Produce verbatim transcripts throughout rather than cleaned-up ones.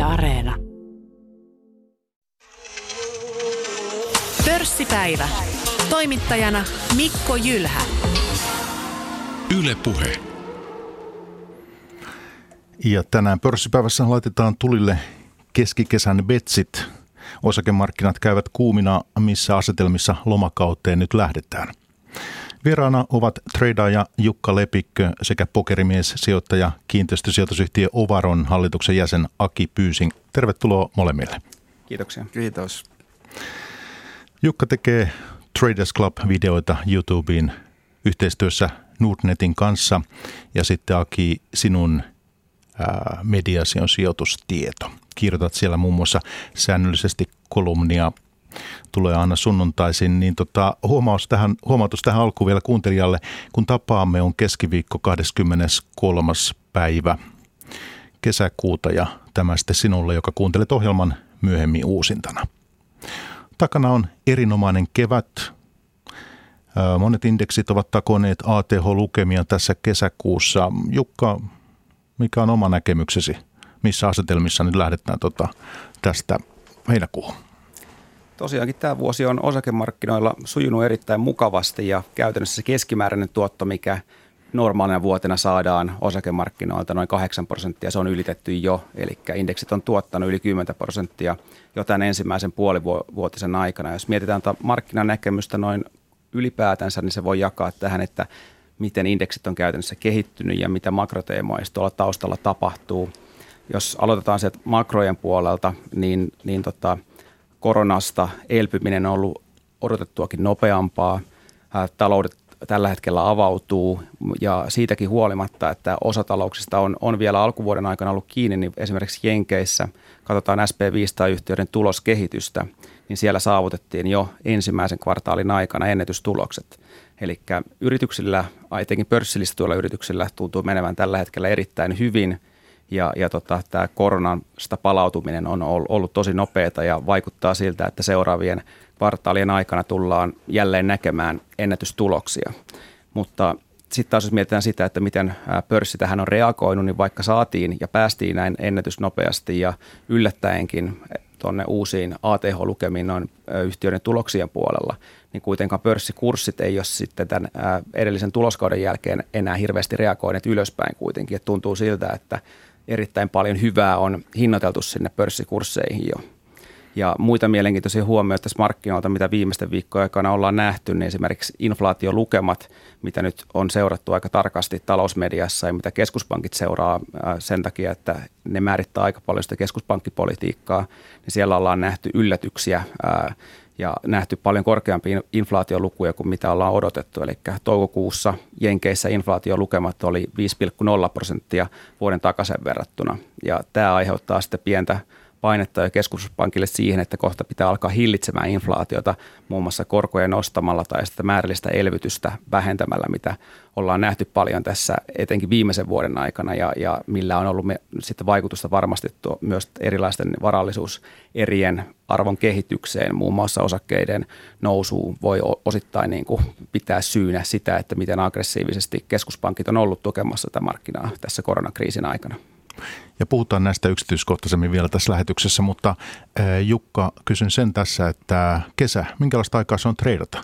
Areena. Pörssipäivä. Toimittajana Mikko Jylhä. Yle Puhe. Ja tänään pörssipäivässä laitetaan tulille keskikesän betsit. Osakemarkkinat käyvät kuumina, missä asetelmissa lomakauteen nyt lähdetään. Vieraana ovat treidaaja Jukka Lepikkö sekä pokerimies, sijoittaja, kiinteistösijoitusyhtiö Ovaron hallituksen jäsen Aki Pyysing. Tervetuloa molemmille. Kiitoksia. Kiitos. Jukka tekee Traders Club-videoita YouTubeen yhteistyössä Nordnetin kanssa ja sitten Aki, sinun ää, mediasi on sijoitustieto. Kirjoitat siellä muun muassa säännöllisesti kolumnia, tulee aina sunnuntaisin, niin tota, huomautus, tähän, huomautus tähän alkuun vielä kuuntelijalle, kun tapaamme on keskiviikko kahdeskymmeneskolmas päivä kesäkuuta ja tämä sitten sinulle, joka kuuntelet ohjelman myöhemmin uusintana. Takana on erinomainen kevät. Monet indeksit ovat takoneet A T H-lukemia tässä kesäkuussa. Jukka, mikä on oma näkemyksesi? Missä asetelmissa nyt lähdetään tota, tästä heinäkuuhun? Tosiaankin tämä vuosi on osakemarkkinoilla sujunut erittäin mukavasti ja käytännössä se keskimääräinen tuotto, mikä normaalina vuotena saadaan osakemarkkinoilta noin kahdeksan prosenttia, se on ylitetty jo. Eli indeksit on tuottanut yli kymmenen prosenttia jo tämän ensimmäisen puolivuotisen aikana. Jos mietitään markkinanäkemystä noin ylipäätänsä, niin se voi jakaa tähän, että miten indeksit on käytännössä kehittynyt ja mitä makroteemoja tuolla taustalla tapahtuu. Jos aloitetaan sieltä makrojen puolelta, niin, niin tota, koronasta elpyminen on ollut odotettuakin nopeampaa. Taloudet tällä hetkellä avautuu ja siitäkin huolimatta, että osa talouksista on, on vielä alkuvuoden aikana ollut kiinni, niin esimerkiksi Jenkeissä, katsotaan S and P viisisataa-yhtiöiden tuloskehitystä, niin siellä saavutettiin jo ensimmäisen kvartaalin aikana ennätystulokset. Eli yrityksillä, etenkin pörssilistetuilla yrityksillä tuntuu menevän tällä hetkellä erittäin hyvin ja, ja tota, tämä koronasta palautuminen on ollut tosi nopeata ja vaikuttaa siltä, että seuraavien kvartaalien aikana tullaan jälleen näkemään ennätystuloksia. Mutta sitten taas jos mietitään sitä, että miten pörssi tähän on reagoinut, niin vaikka saatiin ja päästiin näin ennätysnopeasti ja yllättäenkin tuonne uusiin A T H-lukemiin noin yhtiöiden tuloksien puolella, niin kuitenkaan pörssikurssit ei ole sitten tämän edellisen tuloskauden jälkeen enää hirveästi reagoineet ylöspäin kuitenkin. Et tuntuu siltä, että erittäin paljon hyvää on hinnoiteltu sinne pörssikursseihin jo. Ja muita mielenkiintoisia huomioita tässä markkinoilta, mitä viimeisten viikkojen aikana ollaan nähty, niin esimerkiksi inflaatiolukemat, mitä nyt on seurattu aika tarkasti talousmediassa ja mitä keskuspankit seuraa sen takia, että ne määrittää aika paljon sitä keskuspankkipolitiikkaa, niin siellä ollaan nähty yllätyksiä ja nähty paljon korkeampia inflaatiolukuja kuin mitä ollaan odotettu. Eli toukokuussa Jenkeissä inflaatiolukemat oli viisi pilkku nolla prosenttia vuoden takaisin verrattuna ja tämä aiheuttaa sitten pientä painetta ja keskuspankille siihen, että kohta pitää alkaa hillitsemään inflaatiota muun muassa korkoja nostamalla tai sitä määrällistä elvytystä vähentämällä, mitä ollaan nähty paljon tässä etenkin viimeisen vuoden aikana ja, ja millä on ollut me, sitten vaikutusta varmasti tuo, myös erilaisten varallisuuserien arvon kehitykseen, muun muassa osakkeiden nousuun voi osittain niin kuin pitää syynä sitä, että miten aggressiivisesti keskuspankit on ollut tukemassa tätä markkinaa tässä koronakriisin aikana. Ja puhutaan näistä yksityiskohtaisemmin vielä tässä lähetyksessä, mutta Jukka, kysyn sen tässä, että kesä, minkälaista aikaa se on treidata?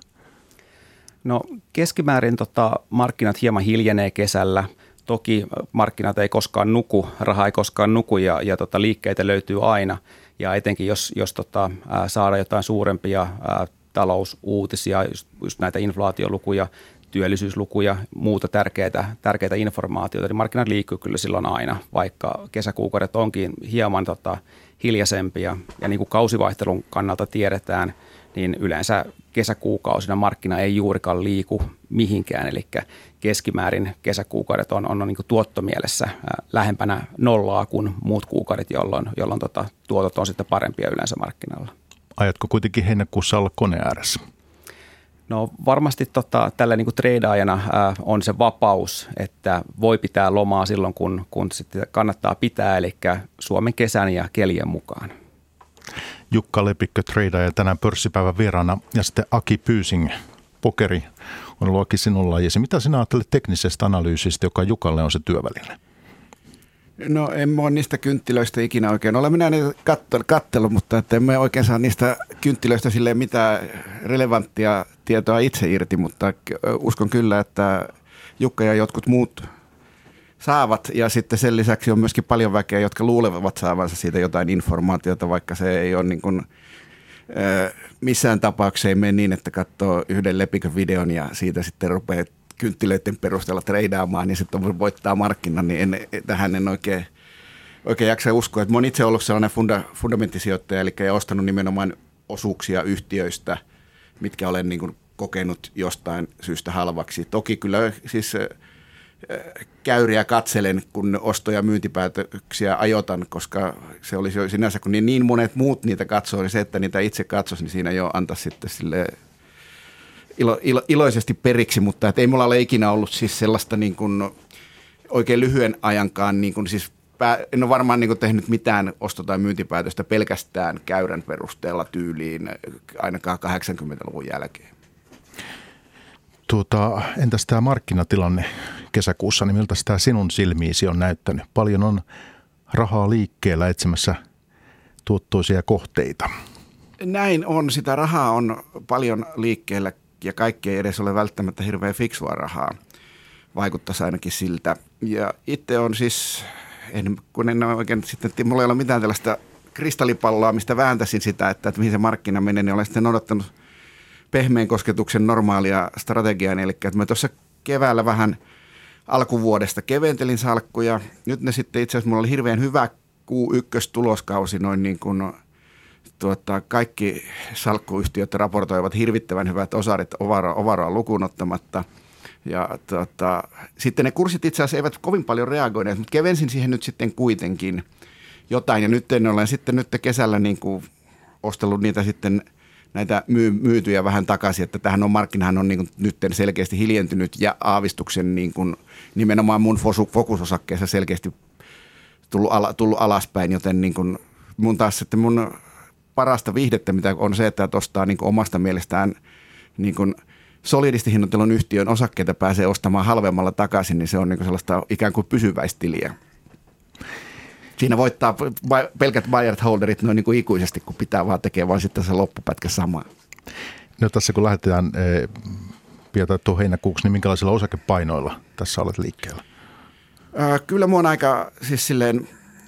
No keskimäärin tota, markkinat hieman hiljenee kesällä. Toki markkinat ei koskaan nuku, raha ei koskaan nuku ja, ja tota, liikkeitä löytyy aina. Ja etenkin jos, jos tota, ää, saadaan jotain suurempia ää, talousuutisia, just, just näitä inflaatiolukuja, työllisyyslukuja, muuta tärkeitä, tärkeitä informaatiota, niin markkinat liikkuu kyllä silloin aina, vaikka kesäkuukaudet onkin hieman tota, hiljaisempia. Ja niin kuin kausivaihtelun kannalta tiedetään, niin yleensä kesäkuukausina markkina ei juurikaan liiku mihinkään, eli keskimäärin kesäkuukaudet on, on, on niin kuin tuottomielessä lähempänä nollaa kuin muut kuukaudet, jolloin, jolloin tota, tuotot on sitten parempia yleensä markkinoilla. Aiotko kuitenkin heinäkuussa olla koneen ääressä? No varmasti tota, tällä niin kuin treidaajana ää, on se vapaus, että voi pitää lomaa silloin, kun, kun sitten kannattaa pitää, eli Suomen kesän ja kelien mukaan. Jukka Lepikkö, treidaaja, tänään pörssipäivän vieraana ja sitten Aki Pyysing, pokeri on ollut Aki sinun lajisi. Mitä sinä ajattelet teknisestä analyysistä, joka Jukalle on se työväline? No en ole niistä kynttilöistä ikinä oikein. Olen minä niitä katsellut, mutta että en oikein saa niistä kynttilöistä silleen mitään relevanttia tietoa itse irti, mutta uskon kyllä, että Jukka ja jotkut muut saavat. Ja sitten sen lisäksi on myöskin paljon väkeä, jotka luulevat saavansa siitä jotain informaatiota, vaikka se ei ole niin kuin, missään tapauksessa ei mene niin, että katsoo yhden lepikön videon ja siitä sitten rupeaa kynttilöiden perusteella treidaamaan, niin sitten voittaa markkinan, niin en, tähän en oikein, oikein jaksa uskoa. Mä oon itse ollut sellainen funda, fundamenttisijoittaja, eli ostanut nimenomaan osuuksia yhtiöistä, mitkä olen niin kuin kokenut jostain syystä halvaksi. Toki kyllä siis käyriä katselen, kun osto- ja myyntipäätöksiä ajotan, koska se olisi jo sinänsä, kun niin, niin monet muut niitä katsoo, niin se, että niitä itse katsoisi, niin siinä jo antaa sitten sille ilo, ilo, iloisesti periksi, mutta et ei mulla ole ikinä ollut siis sellaista niin kuin oikein lyhyen ajankaan, niin kuin siis pää, en ole varmaan niin kuin tehnyt mitään osto- tai myyntipäätöstä pelkästään käyrän perusteella tyyliin ainakaan kahdeksankymmentäluvun jälkeen. Tuota, entäs tämä markkinatilanne kesäkuussa, niin miltä tämä sinun silmiisi on näyttänyt? Paljon on rahaa liikkeellä etsimässä tuottoisia kohteita. Näin on. Sitä rahaa on paljon liikkeellä ja kaikki ei edes ole välttämättä hirveän fiksua rahaa. Vaikuttaisi ainakin siltä. Ja itse on siis, en, kun en ole oikein sitten, mulla ei ole mitään tällaista kristallipalloa, mistä vääntäisin sitä, että, että mihin se markkina menee, niin olen sitten odottanut pehmeän kosketuksen normaalia strategiaa. Eli että mä tuossa keväällä vähän alkuvuodesta keventelin salkkuja. Nyt ne sitten itse asiassa mulla oli hirveän hyvä Q yksi tuloskausi, noin niin kuin tuota, kaikki salkkuyhtiöt raportoivat hirvittävän hyvät osarit Ovaroa, Ovaroa lukuun ottamatta. Ja tuota, sitten ne kurssit itse asiassa eivät kovin paljon reagoineet, mutta kevensin siihen nyt sitten kuitenkin jotain. Ja nyt en olen sitten nyt kesällä niin kuin ostellut niitä sitten näitä myy, myytyjä vähän takaisin, että tähän on markkinahan on niin kuin nyt selkeästi hiljentynyt ja aavistuksen niin kuin nimenomaan mun fokusosakkeessa selkeästi tullut, ala, tullut alaspäin, joten niin kuin mun taas sitten mun parasta viihdettä, mitä on se, että ostaa niin kuin omasta mielestään niin kuin solidisti hinnoittelun yhtiön osakkeita pääsee ostamaan halvemmalla takaisin, niin se on niin kuin sellaista ikään kuin pysyväistiliä. Siinä voittaa pelkät buy and holderit noin niin kuin ikuisesti, kun pitää vaan tekee vaan sitten se loppupätkä samaa. No tässä kun lähdetään eh, pietää tuon heinäkuuksi, niin minkälaisilla osakepainoilla tässä olet liikkeellä? Äh, kyllä mun on aika siis silleen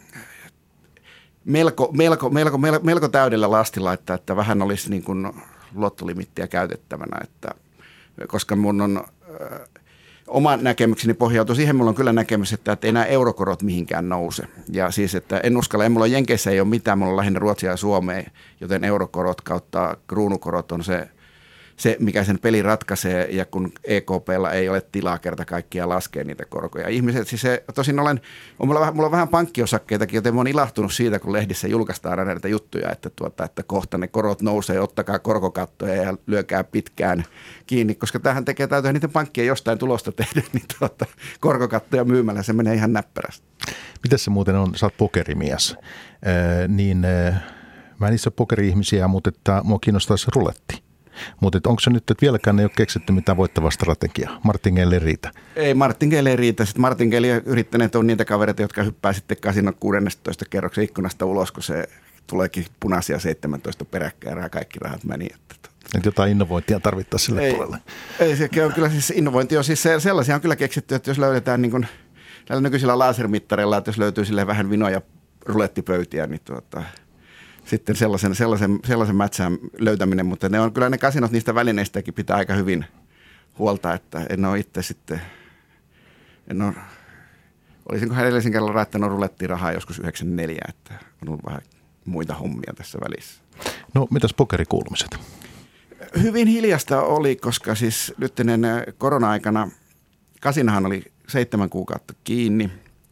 melko, melko, melko, melko, melko täydellä lastilla, että, että vähän olisi niin kuin luottolimittiä käytettävänä, että, koska mun on äh, oma näkemykseni pohjautuu siihen, mulla on kyllä näkemys, että, että ei nämä eurokorot mihinkään nouse. Ja siis, että en uskalla, en mulla Jenkeissä ei ole mitään, mulla on lähinnä Ruotsia ja Suomea, joten eurokorot kautta kruunukorot on se, se, mikä sen peli ratkaisee, ja kun E K P:llä ei ole tilaa kerta kaikkiaan laskea niitä korkoja. Ihmiset, siis se, tosin olen, on mulla, mulla on vähän pankkiosakkeitakin, joten mä oon ilahtunut siitä, kun lehdissä julkaistaan aina näitä juttuja, että, tuota, että kohta ne korot nousee, ottakaa korkokattoja ja lyökää pitkään kiinni, koska tämähän tekee täytyy niiden pankkien jostain tulosta tehdä, niin tuota, korkokattoja myymällä se menee ihan näppärästi. Mitäs se muuten on, sä oot pokerimies, äh, niin äh, mä en itse pokeri-ihmisiä, mutta että mua kiinnostaisi ruletti. Mutta onko se nyt, että vieläkään ei ole keksitty mitään voittavaa strategiaa? Martingale ei riitä. Ei, Martingale ei riitä. Sitten Martingale yrittäneet on niitä kavereita, jotka hyppää sitten kasinon kuudennentoista kerroksen ikkunasta ulos, kun se tuleekin punaisia seitsemäntoista peräkkäin ja kaikki rahat meni. Että jotain innovointia tarvittaisiin sille ei, puolelle. Ei, se on kyllä siis innovointi on siis sellaisia on kyllä keksitty, että jos löydetään niin kuin näillä nykyisillä lasermittareilla, että jos löytyy sille vähän vinoja rulettipöytiä, niin tuota sitten sellaisen, sellaisen, sellaisen mätsään löytäminen, mutta ne on kyllä ne kasinot niistä välineistäkin pitää aika hyvin huolta, että en ole itse sitten, en ole, olisinko edellisen kerralla raittanut rulettirahaa joskus yhdeksänkymmentäneljä, että on ollut vähän muita hommia tässä välissä. No mitäs pokerikuulumiset? Hyvin hiljasta oli, koska siis nyt ennen korona-aikana kasinahan oli seitsemän kuukautta kiinni.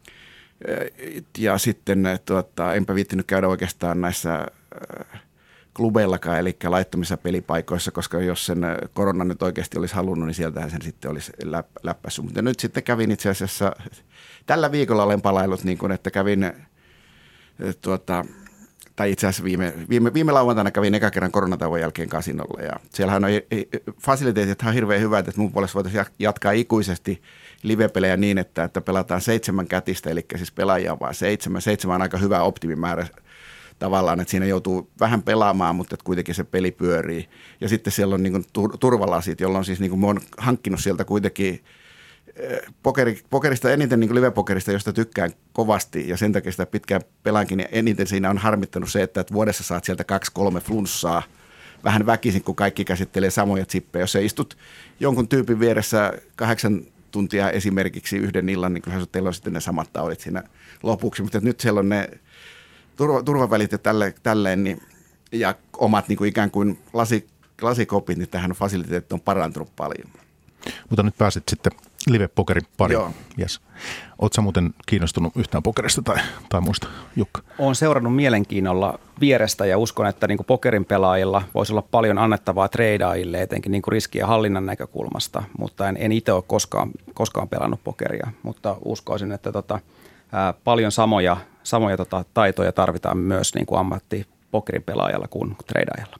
Ja sitten tuota, enpä viittinyt käydä oikeastaan näissä klubeillakaan, eli laittomissa pelipaikoissa, koska jos sen korona nyt oikeasti olisi halunnut, niin sieltähän sen sitten olisi läppässyt. Mutta nyt sitten kävin itse asiassa, tällä viikolla olen palaillut, niin kuin, että kävin tuota, tai itse asiassa viime, viime, viime lauantaina kävin eka kerran koronatauon jälkeen kasinolla. Ja siellähän on fasiliteetit on hirveän hyvät, että mun puolesta voitaisiin jatkaa ikuisesti live-pelejä niin, että, että pelataan seitsemän kätistä, eli siis pelaajia on vaan seitsemän. Seitsemän on aika hyvä optimimäärä tavallaan, että siinä joutuu vähän pelaamaan, mutta että kuitenkin se peli pyörii. Ja sitten siellä on niin kuin turvalasit, jolloin siis niin kuin mä oon hankkinut sieltä kuitenkin Pokeri, pokerista eniten niin kuin live-pokerista, josta tykkään kovasti ja sen takia sitä pitkään pelaankin, niin eniten siinä on harmittanut se, että vuodessa saat sieltä kaksi kolme flunssaa vähän väkisin, kun kaikki käsittelee samoja chippejä. Jos sä istut jonkun tyypin vieressä kahdeksan tuntia esimerkiksi yhden illan, niin kyllä teillä on sitten ne samat taudit siinä lopuksi, mutta nyt siellä on ne turva, turvavälit ja tälle, tälleen niin, ja omat niin kuin ikään kuin lasi, lasikopit, niin tähän fasiliteetit on parantunut paljon. Mutta nyt pääsit sitten live-pokerin pariin. Joo. Yes. Oletko muuten kiinnostunut yhtään pokerista tai, tai muista, Jukka? Olen seurannut mielenkiinnolla vierestä ja uskon, että niin kuin pokerin pelaajilla voisi olla paljon annettavaa treidaajille, etenkin niin kuin riski- ja hallinnan näkökulmasta, mutta en, en itse ole koskaan, koskaan pelannut pokeria, mutta uskoisin, että tota, ää, paljon samoja, samoja tota, taitoja tarvitaan myös niin kuin ammattipokerin pelaajalla kuin treidaajalla.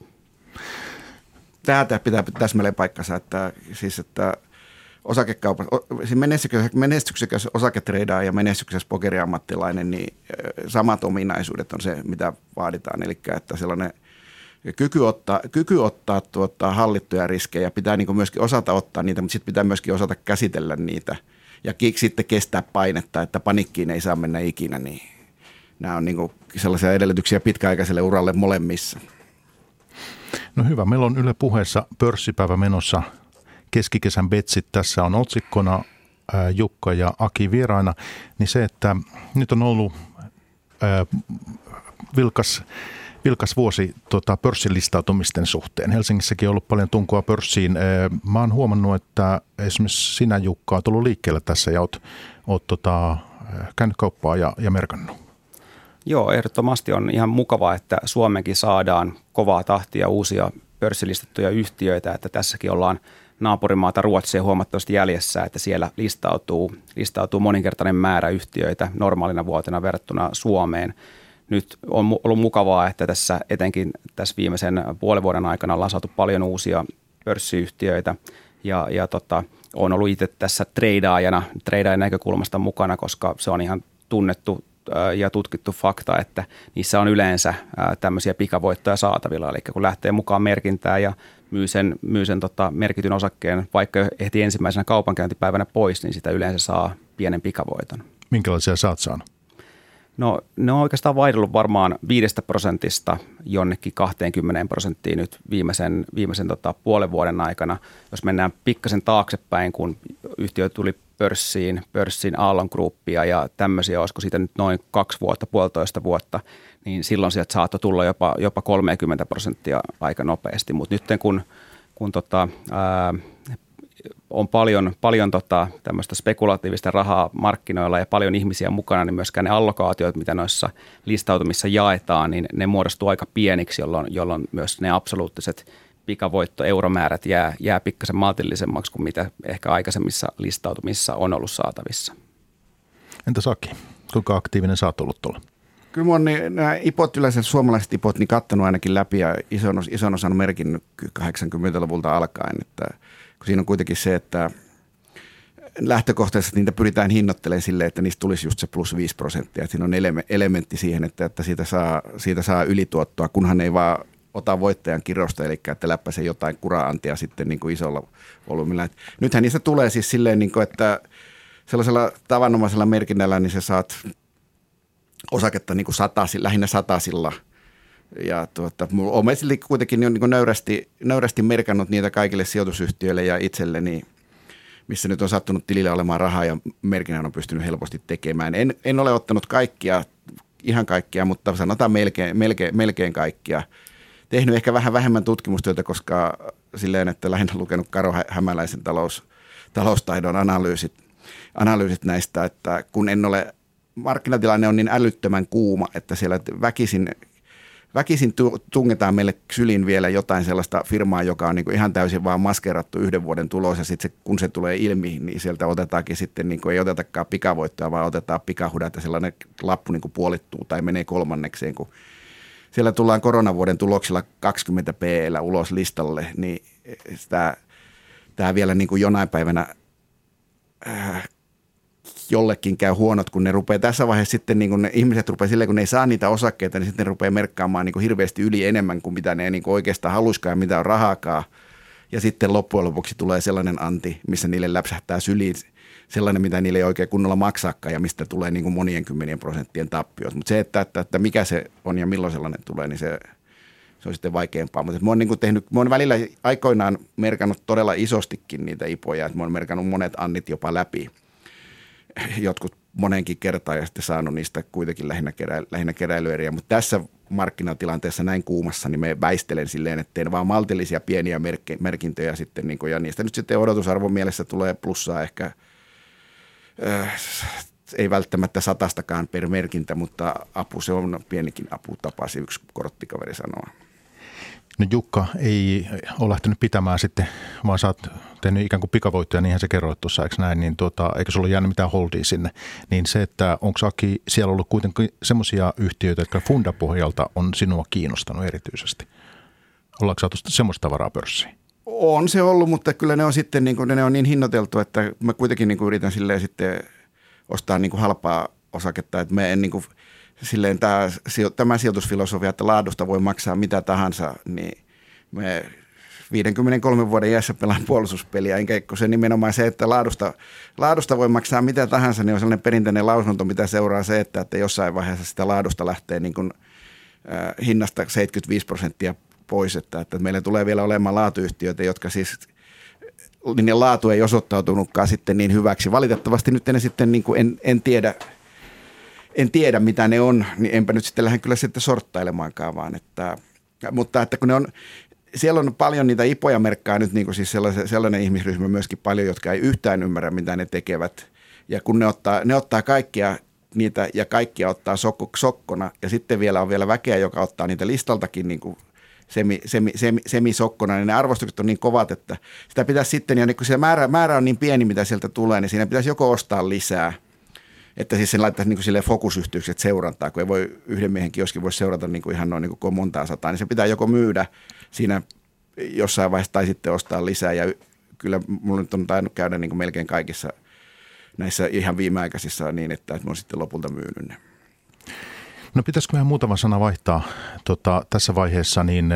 Tätä pitää täsmälleen paikkansa, että siis että osakekaupa, menestyksekäs osaketreidaaja ja menestyksekäs pokeriammattilainen, niin samat ominaisuudet on se, mitä vaaditaan. Eli että sellainen kyky ottaa, kyky ottaa tuota, hallittuja riskejä, pitää niin kuin myöskin osata ottaa niitä, mutta sitten pitää myöskin osata käsitellä niitä ja sitten kestää painetta, että panikkiin ei saa mennä ikinä. Niin nämä on niin kuin sellaisia edellytyksiä pitkäaikaiselle uralle molemmissa. No hyvä, meillä on Yle Puheessa pörssipäivä menossa. Keskikesän betsit, tässä on otsikkona ää, Jukka ja Aki vieraina, niin se, että nyt on ollut ää, vilkas, vilkas vuosi tota, pörssilistautumisten suhteen. Helsingissäkin on ollut paljon tunkoa pörssiin. Ää, mä oon huomannut, että esimerkiksi sinä, Jukka, oot ollut liikkeellä tässä ja oot, oot tota, käynyt kauppaa ja, ja merkannut. Joo, ehdottomasti on ihan mukavaa, että Suomenkin saadaan kovaa tahtia uusia pörssilistattuja yhtiöitä, että tässäkin ollaan naapurimaata Ruotsia huomattavasti jäljessä, että siellä listautuu, listautuu moninkertainen määrä yhtiöitä normaalina vuotena verrattuna Suomeen. Nyt on ollut mukavaa, että tässä etenkin tässä viimeisen puolen vuoden aikana ollaan saatu paljon uusia pörssiyhtiöitä ja, ja tota, olen ollut itse tässä treidaajana, treidaajan näkökulmasta mukana, koska se on ihan tunnettu ja tutkittu fakta, että niissä on yleensä tämmöisiä pikavoittoja saatavilla. Eli kun lähtee mukaan merkintään ja myy sen, myy sen tota, merkityn osakkeen, vaikka ehti ensimmäisenä kaupankäyntipäivänä pois, niin sitä yleensä saa pienen pikavoiton. Minkälaisia sä oot saanut? No ne on oikeastaan vaihdellut varmaan viidestä prosentista jonnekin kaksikymmentä prosenttia nyt viimeisen, viimeisen tota, puolen vuoden aikana. Jos mennään pikkasen taaksepäin, kun yhtiö tuli pörssiin, pörssiin Aallon Groupia ja tämmöisiä, olisiko siitä nyt noin kaksi vuotta, puolitoista vuotta, niin silloin sieltä saattoi tulla jopa, jopa kolmekymmentä prosenttia aika nopeasti. Mutta nyt kun, kun tota, ää, on paljon, paljon tota, tämmöistä spekulatiivista rahaa markkinoilla ja paljon ihmisiä mukana, niin myöskään ne allokaatiot, mitä noissa listautumissa jaetaan, niin ne muodostuu aika pieniksi, jolloin, jolloin myös ne absoluuttiset pikavoittoeuromäärät jää, jää pikkasen maltillisemmaksi kuin mitä ehkä aikaisemmissa listautumissa on ollut saatavissa. Entäs Aki, kuinka aktiivinen sä oot ollut tuolla? Kyllä mä oon niin, nämä ipot, yleensä suomalaiset ipot, niin kattanut ainakin läpi ja ison, ison osan merkinnyt kahdeksankymmentäluvulta alkaen, että kun siinä on kuitenkin se, että lähtökohtaisesti niitä pyritään hinnoittelemaan silleen, että niistä tulisi just se plus viisi prosenttia. Että siinä on elementti siihen, että, että siitä, saa, siitä saa ylituottoa, kunhan ei vaan ota voittajan kirosta, eli että läppäsee jotain kura-antia sitten niin kuin isolla volyymilla. Nythän niistä tulee siis silleen, niin kuin, että sellaisella tavanomaisella merkinnällä niin sä saat osaketta niin kuin satasi, lähinnä satasilla. Ja tuota, olen kuitenkin niin kuin nöyrästi, nöyrästi merkannut niitä kaikille sijoitusyhtiöille ja itselleni, missä nyt on sattunut tilillä olemaan rahaa ja merkinnän on pystynyt helposti tekemään. En, en ole ottanut kaikkia, ihan kaikkia, mutta sanotaan melkein, melkein, melkein kaikkia. Tehnyt ehkä vähän vähemmän tutkimustyötä, koska silleen, että lähinnä lukenut Karo Hämäläisen talous, taloustaidon analyysit, analyysit näistä, että kun en ole, markkinatilanne on niin älyttömän kuuma, että siellä väkisin, väkisin tungetaan meille syliin vielä jotain sellaista firmaa, joka on niin kuin ihan täysin vaan maskerattu yhden vuoden tulos, ja sitten se, kun se tulee ilmi, niin sieltä otetaankin sitten, niin kuin ei otetakaan pikavoittoa, vaan otetaan pikahudat, ja sellainen lappu niin kuin puolittuu tai menee kolmannekseen, kun siellä tullaan koronavuoden tuloksilla kaksikymmentä P:llä ulos listalle, niin tämä, tämä vielä niin kuin jonain päivänä äh, jollekin käy huonot, kun ne rupeaa tässä vaiheessa sitten, niin kun ne ihmiset rupeaa silleen, kun ne ei saa niitä osakkeita, niin sitten ne rupeaa merkkaamaan niin kuin hirveästi yli enemmän kuin mitä ne niin kuin oikeastaan haluiskaan ja mitä on rahaakaan. Ja sitten loppujen lopuksi tulee sellainen anti, missä niille läpsähtää syliin sellainen, mitä niille ei oikein kunnolla maksaakaan ja mistä tulee niin kuin monien kymmenien prosenttien tappiot. Mutta se, että, että, että mikä se on ja milloin sellainen tulee, niin se, se on sitten vaikeampaa. Mutta mä oon, niin kuin tehnyt, mä oon välillä aikoinaan merkannut todella isostikin niitä ipoja, että mä oon merkannut monet annit jopa läpi. Jotkut monenkin kertaan ja sitten saanut niistä kuitenkin lähinnä, kerä, lähinnä keräilyeriä. Mutta tässä markkinatilanteessa näin kuumassa, niin me väistelen silleen, että teen vaan maltillisia pieniä merkintöjä sitten. Niin kun, ja niistä nyt sitten odotusarvon mielessä tulee plussaa ehkä, äh, ei välttämättä satastakaan per merkintä, mutta apu, se on pienikin apu, tapasi yksi korttikaveri sanoa. No Jukka ei ole lähtenyt pitämään sitten, vaan sä oot tehnyt ikään kuin pikavoittoja, niinhän se kerroit tuossa, eikö näin, niin tuota, eikö sulla ole jäänyt mitään holdia sinne, niin se, että onko Aki siellä ollut kuitenkin semmoisia yhtiöitä, jotka fundapohjalta on sinua kiinnostanut erityisesti? Ollaanko saatu semmoista tavaraa pörssiin? On se ollut, mutta kyllä ne on sitten niin, kuin, ne on niin hinnoiteltu, että mä kuitenkin niin kuin yritän silleen sitten ostaa niin kuin halpaa osaketta, että me en niin kuin silleen tämä, tämä sijoitusfilosofia, että laadusta voi maksaa mitä tahansa, niin me viidenkymmenenkolmen vuoden iässä pelaan puolustuspeliä, enkä kun se nimenomaan se, että laadusta, laadusta voi maksaa mitä tahansa, niin on sellainen perinteinen lausunto, mitä seuraa se, että, että jossain vaiheessa sitä laadusta lähtee niin kuin, äh, hinnasta seitsemänkymmentäviisi prosenttia pois, että, että meillä tulee vielä olemaan laatuyhtiöitä, jotka siis niin laatu ei osoittautunutkaan sitten niin hyväksi. Valitettavasti nyt en sitten niin kuin en, en tiedä, En tiedä, mitä ne on, niin enpä nyt sitten lähde kyllä sitten sorttailemaankaan vaan. Että, mutta että kun ne on, siellä on paljon niitä ipoja merkkaa nyt niin kuin siis sellainen, sellainen ihmisryhmä myöskin paljon, jotka ei yhtään ymmärrä, mitä ne tekevät. Ja kun ne ottaa, ne ottaa kaikkia niitä ja kaikkia ottaa sokko, sokkona ja sitten vielä on vielä väkeä, joka ottaa niitä listaltakin niin kuin semi, semi, semi, semisokkona, niin ne arvostukset on niin kovat, että sitä pitäisi sitten, ja kun se määrä, määrä on niin pieni, mitä sieltä tulee, niin siinä pitäisi joko ostaa lisää. Että siis sen laittaisi niin kuin silleen fokusyhteykset seurantaa, kun ei voi yhden miehen kioskin voi seurata niin kuin ihan noin niin kuin montaa sataa, niin se pitää joko myydä siinä jossain vaiheessa tai sitten ostaa lisää. Ja kyllä mulla nyt on tainnut käydä niin kuin melkein kaikissa näissä ihan viimeaikaisissa niin, että mä oon sitten lopulta myynyt ne. No pitäisikö meidän muutama sana vaihtaa tota, tässä vaiheessa niin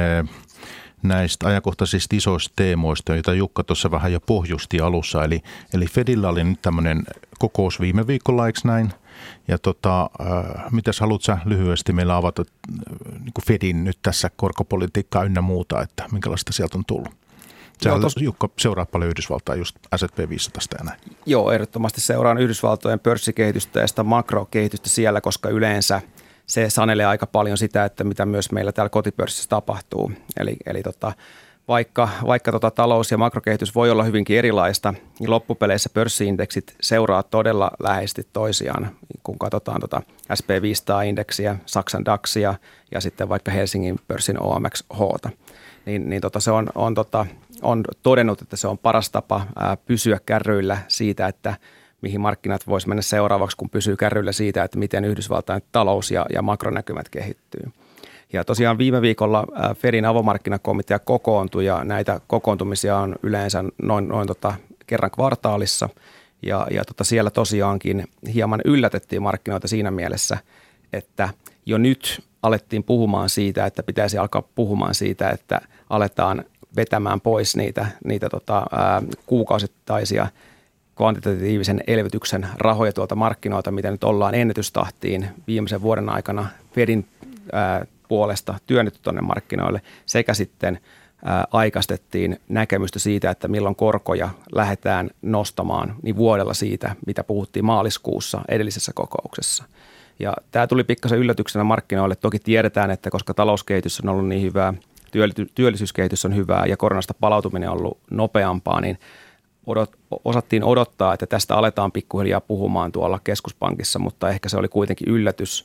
näistä ajankohtaisista isoista teemoista, joita Jukka tuossa vähän jo pohjusti alussa. Eli, eli Fedillä oli nyt tämmöinen kokous viime viikolla, eikö näin? Ja tota, äh, mitäs haluat sä lyhyesti meillä avata äh, niin kuin Fedin nyt tässä korkopolitiikkaa ynnä muuta, että minkälaista sieltä on tullut? Sä no, tos... Jukka seuraa paljon Yhdysvaltaa, just S and P viisisataa ja näin. Joo, ehdottomasti seuraan Yhdysvaltojen pörssikehitystä ja sitä makrokehitystä siellä, koska yleensä se sanelee aika paljon sitä, että mitä myös meillä täällä kotipörssissä tapahtuu. Eli, eli tota, vaikka, vaikka tota talous- ja makrokehitys voi olla hyvinkin erilaista, niin loppupeleissä pörssiindeksit seuraa todella läheisesti toisiaan, kun katsotaan tota S and P viisisataa-indeksiä, Saksan DAXia ja sitten vaikka Helsingin pörssin O M X H:ta. Niin, niin tota se on, on, tota, on todennut, että se on paras tapa ää, pysyä kärryillä siitä, että mihin markkinat voisi mennä seuraavaksi, kun pysyy kärryillä siitä, että miten Yhdysvaltain talous- ja, ja makronäkymät kehittyy. Ja tosiaan viime viikolla Fedin avomarkkinakomitea kokoontui ja näitä kokoontumisia on yleensä noin, noin tota, kerran kvartaalissa. Ja, ja tota, siellä tosiaankin hieman yllätettiin markkinoita siinä mielessä, että jo nyt alettiin puhumaan siitä, että pitäisi alkaa puhumaan siitä, että aletaan vetämään pois niitä, niitä tota, ää, kuukausittaisia kvantitatiivisen elvytyksen rahoja tuolta markkinoilta, mitä nyt ollaan ennätystahtiin viimeisen vuoden aikana Fedin ää, puolesta työnnetty tuonne markkinoille, sekä sitten ää, aikaistettiin näkemystä siitä, että milloin korkoja lähdetään nostamaan, niin vuodella siitä, mitä puhuttiin maaliskuussa edellisessä kokouksessa. Ja tämä tuli pikkasen yllätyksenä markkinoille. Toki tiedetään, että koska talouskehitys on ollut niin hyvää, työllisyyskehitys on hyvää ja koronasta palautuminen on ollut nopeampaa, niin Odot, osattiin odottaa, että tästä aletaan pikkuhiljaa puhumaan tuolla keskuspankissa, mutta ehkä se oli kuitenkin yllätys,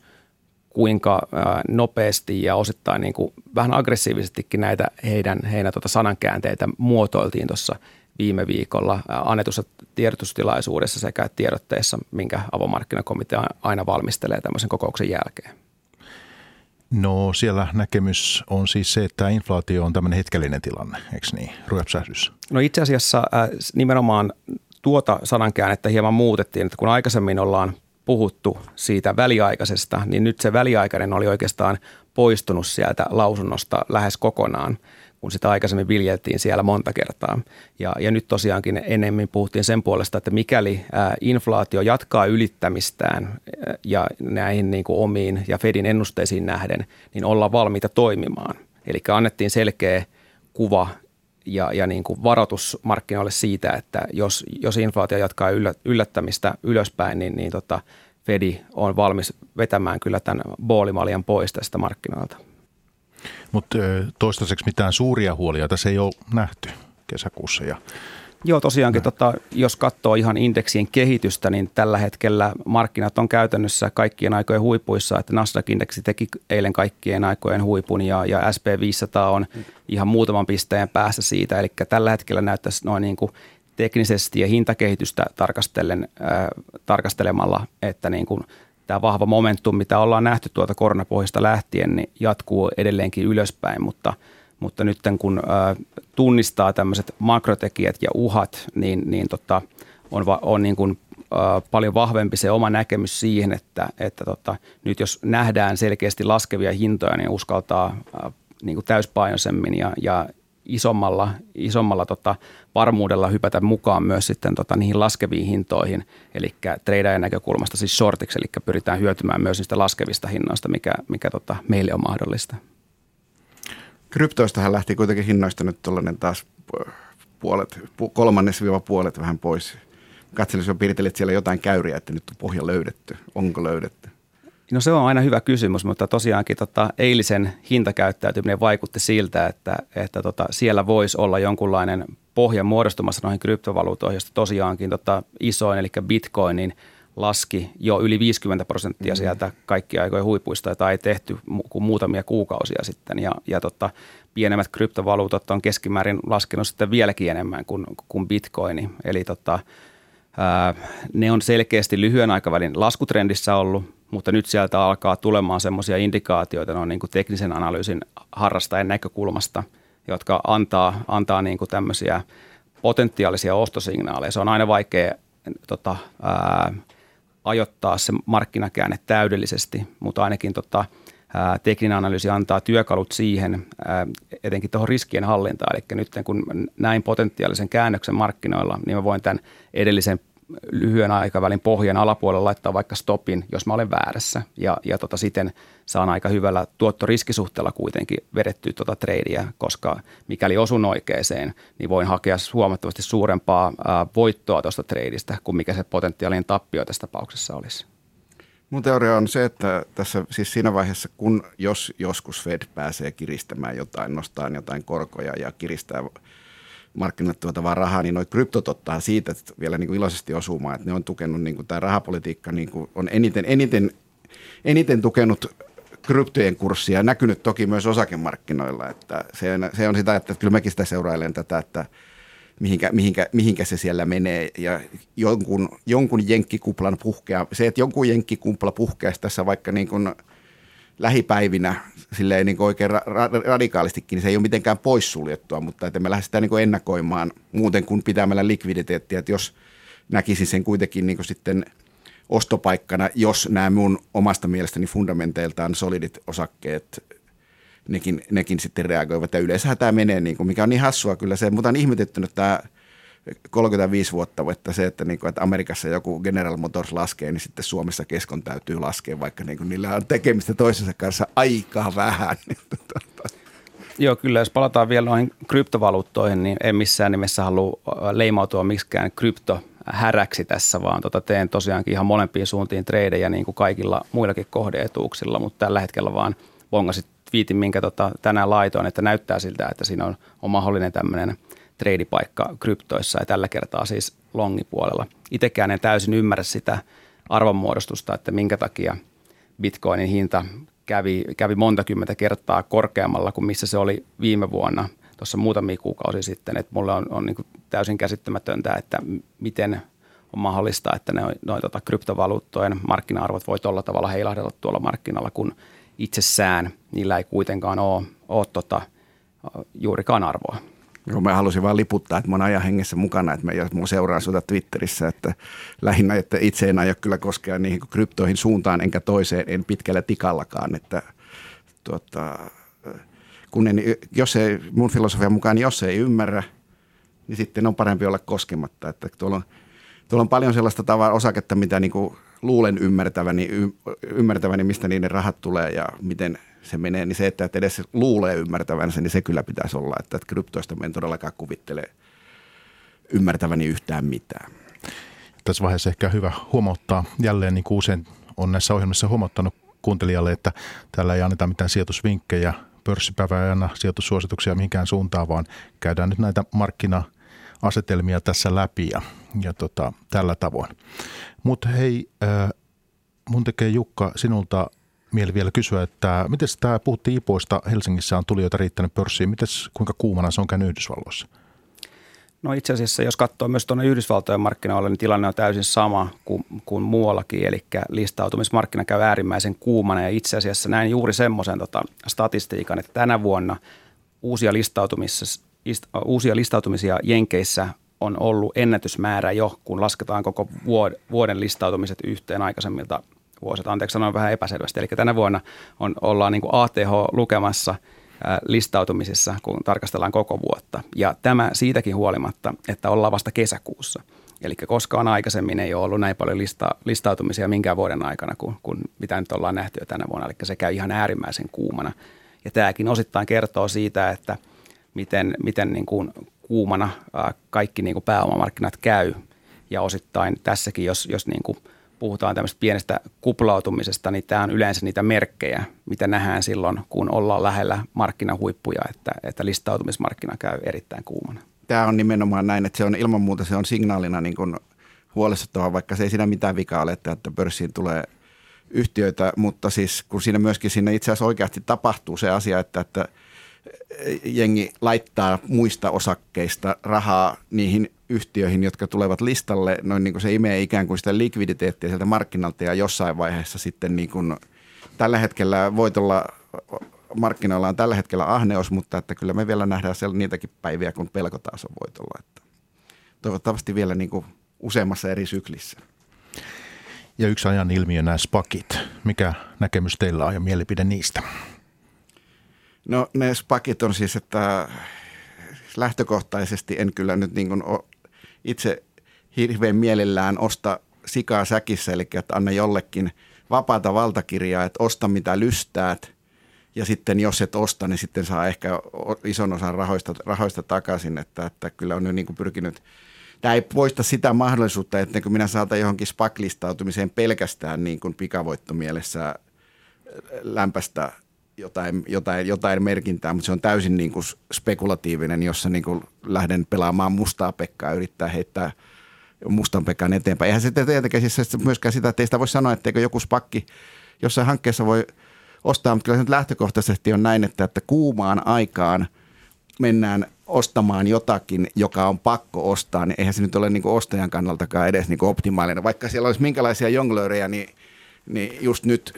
kuinka ää, nopeasti ja osittain niin kuin vähän aggressiivisestikin näitä heidän, heidän tota sanankäänteitä muotoiltiin tuossa viime viikolla ää, annetussa tiedotustilaisuudessa sekä tiedotteessa, minkä avomarkkinakomitea aina valmistelee tämmöisen kokouksen jälkeen. No siellä näkemys on siis se, että inflaatio on tämmöinen hetkellinen tilanne, eikö niin, ryöpsähdys? No itse asiassa äh, nimenomaan tuota sanankäännettä hieman muutettiin, että kun aikaisemmin ollaan puhuttu siitä väliaikaisesta, niin nyt se väliaikainen oli oikeastaan poistunut sieltä lausunnosta lähes kokonaan, kun sitä aikaisemmin viljeltiin siellä monta kertaa. Ja, ja nyt tosiaankin enemmän puhuttiin sen puolesta, että mikäli ää, inflaatio jatkaa ylittämistään ää, ja näihin niin kuin omiin ja Fedin ennusteisiin nähden, niin ollaan valmiita toimimaan. Eli annettiin selkeä kuva ja, ja niin kuin varoitus markkinoille siitä, että jos, jos inflaatio jatkaa yllä, yllättämistä ylöspäin, niin, niin tota, Fedi on valmis vetämään kyllä tämän boolimaljan pois tästä markkinoilta. Mutta toistaiseksi mitään suuria huolia tässä ei ole nähty kesäkuussa. Ja Joo, tosiaankin, tota, jos katsoo ihan indeksien kehitystä, niin tällä hetkellä markkinat on käytännössä kaikkien aikojen huipuissa, että Nasdaq-indeksi teki eilen kaikkien aikojen huipun ja, ja S and P viisisataa on ihan muutaman pisteen päässä siitä, eli tällä hetkellä näyttäisi noin niin kuin teknisesti ja hintakehitystä tarkastellen, äh, tarkastelemalla, että niin kuin tämä vahva momentum, mitä ollaan nähty tuolta koronapohjasta lähtien, niin jatkuu edelleenkin ylöspäin, mutta, mutta nyt kun äh, tunnistaa tämmöiset makrotekijät ja uhat, niin, niin tota, on, va, on niin kuin, äh, paljon vahvempi se oma näkemys siihen, että, että tota, nyt jos nähdään selkeästi laskevia hintoja, niin uskaltaa äh, niin kuin täyspainoisemmin ja, ja isommalla, isommalla tota, varmuudella hypätä mukaan myös sitten tota, niihin laskeviin hintoihin, eli tradaajan näkökulmasta siis shortiksi, eli pyritään hyötymään myös niistä laskevista hinnoista, mikä, mikä tota, meille on mahdollista. Kryptoistahan lähti kuitenkin hinnoista nyt tuollainen taas puolet, kolmannes viiva puolet vähän pois. Katselin, jos piritelit siellä jotain käyriä, että nyt on pohja löydetty. Onko löydetty? No se on aina hyvä kysymys, mutta tosiaankin tota, eilisen hintakäyttäytyminen vaikutti siltä, että, että tota, siellä voisi olla jonkunlainen pohja muodostumassa noihin kryptovaluutoihin, josta tosiaankin tota, isoin, eli Bitcoinin laski jo yli viisikymmentä prosenttia mm-hmm. sieltä kaikkia aikojen huipuista, jota ei tehty kuin muutamia kuukausia sitten. Ja, ja tota, pienemmät kryptovaluutot on keskimäärin laskenut sitten vieläkin enemmän kuin, kuin Bitcoini. Eli tota, ää, ne on selkeästi lyhyen aikavälin laskutrendissä ollut, mutta nyt sieltä alkaa tulemaan semmoisia indikaatioita no, niin kuin teknisen analyysin harrastajan näkökulmasta, jotka antaa, antaa niin kuin tämmöisiä potentiaalisia ostosignaaleja. Se on aina vaikea tota, ää, ajoittaa se markkinakäänne täydellisesti, mutta ainakin tota, ää, tekninen analyysi antaa työkalut siihen, ää, etenkin tuohon riskien hallintaan. Eli nyt kun näin potentiaalisen käännöksen markkinoilla, niin mä voin tämän edellisen lyhyen aikavälin pohjan alapuolella laittaa vaikka stopin, jos mä olen väärässä. Ja, ja tota, siten saan aika hyvällä tuottoriskisuhteella kuitenkin vedettyä tuota tradea, koska mikäli osun oikeeseen, niin voin hakea huomattavasti suurempaa ää, voittoa tuosta tradeista kuin mikä se potentiaalinen tappio tässä tapauksessa olisi. Mun teoria on se, että tässä siis siinä vaiheessa, kun jos joskus Fed pääsee kiristämään jotain, nostaa jotain korkoja ja kiristää markkinat tuotavaa rahaa, niin noi kryptot ottaa siitä että vielä niin kuin iloisesti osumaan, että ne on tukenut, niin kuin tämä rahapolitiikka niin kuin on eniten, eniten, eniten tukenut kryptojen kurssia ja näkynyt toki myös osakemarkkinoilla, että se, se on sitä, että kyllä mäkin sitä seurailen tätä, että mihinkä, mihinkä, mihinkä se siellä menee ja jonkun, jonkun jenkkikuplan puhkea, se, että jonkun jenkkikupla puhkeaisi tässä vaikka niin kuin lähipäivinä silleen niin kuin oikein ra- radikaalistikin, niin se ei ole mitenkään poissuljettua, mutta että me lähdetään sitä niin kuin ennakoimaan muuten kuin pitämällä likviditeettiä, että jos näkisin sen kuitenkin niin kuin sitten ostopaikkana, jos nämä mun omasta mielestäni fundamenteiltaan solidit osakkeet, nekin, nekin sitten reagoivat ja yleensähän tämä menee, niin kuin, mikä on niin hassua kyllä se, mutta on ihmetettynyt tämä kolmekymmentäviisi vuotta, että se, että, niin kuin, että Amerikassa joku General Motors laskee, niin sitten Suomessa keskon täytyy laskea, vaikka niin kuin, niillä on tekemistä toisensa kanssa aika vähän. Joo, kyllä. Jos palataan vielä noihin kryptovaluuttoihin, niin en missään nimessä halua leimautua miksikään kryptohäräksi tässä, vaan tota teen tosiaankin ihan molempiin suuntiin tradeja niin kuin kaikilla muillakin kohde-etuuksilla, mutta tällä hetkellä vaan bongasit twiitin, minkä tota tänään laitoin, että näyttää siltä, että siinä on, on mahdollinen tämmöinen treidipaikka kryptoissa ja tällä kertaa siis longipuolella. Itsekään en täysin ymmärrä sitä arvonmuodostusta, että minkä takia Bitcoinin hinta kävi, kävi monta kymmentä kertaa korkeammalla kuin missä se oli viime vuonna, tuossa muutamia kuukausia sitten. Että mulle on, on niin kuin täysin käsittämätöntä, että miten on mahdollista, että ne noin tota kryptovaluuttojen markkina-arvot voi tuolla tavalla heilahdella tuolla markkinalla, kun itsessään niillä ei kuitenkaan ole, ole tota, juurikaan arvoa. Joo, mä halusin vaan liputtaa, että mä oon ajan hengessä mukana, että mä, mä seuraan sua Twitterissä, että lähinnä, että itse en aio kyllä koskea niihin kryptoihin suuntaan enkä toiseen, en pitkällä tikallakaan, että tuota, kun en, jos ei, mun filosofian mukaan, jos ei ymmärrä, niin sitten on parempi olla koskematta, että tuolla on, tuolla on paljon sellaista tavaa osaketta, mitä niin kuin luulen ymmärtäväni, y, ymmärtäväni, mistä niiden rahat tulee ja miten se menee, niin se, että edes luulee ymmärtävänsä, niin se kyllä pitäisi olla, että kryptoista me en todellakaan kuvittele ymmärtäväni yhtään mitään. Tässä vaiheessa ehkä hyvä huomauttaa jälleen, niin kuin usein on näissä ohjelmissa huomauttanut kuuntelijalle, että täällä ei anneta mitään sijoitusvinkkejä, pörssipäivää ei anna sijoitussuosituksia mihinkään suuntaan, vaan käydään nyt näitä markkina-asetelmia tässä läpi ja, ja tota, tällä tavoin. Mutta hei, äh, mun tekee Jukka sinulta mieli vielä kysyä, että miten tämä, puhuttiin I P Oista, Helsingissä on tulijoita riittänyt pörssiin, mites, kuinka kuumana se on käynyt Yhdysvalloissa? No itse asiassa, jos katsoo myös tuonne Yhdysvaltojen markkinoille, niin tilanne on täysin sama kuin, kuin muuallakin, eli listautumismarkkina käy äärimmäisen kuumana, ja itse asiassa näin juuri semmoisen tota, statistiikan, että tänä vuonna uusia, uusia listautumisia Jenkeissä on ollut ennätysmäärä jo, kun lasketaan koko vuoden listautumiset yhteen aikaisemmilta vuosilta. Anteeksi, sanoin vähän epäselvästi. Eli tänä vuonna on, ollaan niin kuin A T H lukemassa ää, listautumisissa, kun tarkastellaan koko vuotta. Ja tämä siitäkin huolimatta, että ollaan vasta kesäkuussa. Eli koskaan aikaisemmin ei ole ollut näin paljon lista, listautumisia minkään vuoden aikana, kuin, kuin mitä nyt ollaan nähty jo tänä vuonna. Eli se käy ihan äärimmäisen kuumana. Ja tämäkin osittain kertoo siitä, että miten, miten niin kuin kuumana ää, kaikki niin kuin pääomamarkkinat käy. Ja osittain tässäkin, jos, jos niin kuin puhutaan tämmöistä pienestä kuplautumisesta, niin tämä on yleensä niitä merkkejä, mitä nähdään silloin, kun ollaan lähellä markkinahuippuja, että, että listautumismarkkina käy erittäin kuumana. Tämä on nimenomaan näin, että se on ilman muuta se on signaalina niin kuin huolestuttava, vaikka se ei siinä mitään vikaa ole, että pörssiin tulee yhtiöitä, mutta siis kun siinä myöskin siinä itse asiassa oikeasti tapahtuu se asia, että, että jengi laittaa muista osakkeista rahaa niihin yhtiöihin, jotka tulevat listalle, noin niin kuin se imee ikään kuin sitä likviditeettiä sieltä markkinalta ja jossain vaiheessa sitten niin kuin tällä hetkellä voitolla markkinoilla on tällä hetkellä ahneus, mutta että kyllä me vielä nähdään siellä niitäkin päiviä, kun pelko taas on voitolla. Että toivottavasti vielä niin kuin useammassa eri syklissä. Ja yksi ajan ilmiö nämä spakit. Mikä näkemys teillä on ja mielipide niistä? No ne spakit on siis, että lähtökohtaisesti en kyllä nyt niin kuin itse hirveän mielellään osta sikaa säkissä, eli että anna jollekin vapaata valtakirjaa, että osta mitä lystäät ja sitten jos et osta, niin sitten saa ehkä ison osan rahoista, rahoista takaisin, että, että kyllä on nyt niin kuin pyrkinyt. Tämä ei poista sitä mahdollisuutta, että kun minä saatan johonkin SPAC-listautumiseen pelkästään niin kuin pikavoittomielessä lämpästä jotain, jotain, jotain merkintää, mutta se on täysin niin kuin spekulatiivinen, jossa niin kuin lähden pelaamaan mustaa Pekkaa ja yrittää heittää mustan Pekan eteenpäin. Eihän se tietenkään siis myöskään sitä, että ei sitä voi sanoa, etteikö joku spakki jossain hankkeessa voi ostaa, mutta kyllä se nyt lähtökohtaisesti on näin, että, että kuumaan aikaan mennään ostamaan jotakin, joka on pakko ostaa, niin eihän se nyt ole niin kuin ostajan kannaltakaan edes niin kuin optimaalinen. Vaikka siellä olisi minkälaisia jonglöörejä, niin, niin just nyt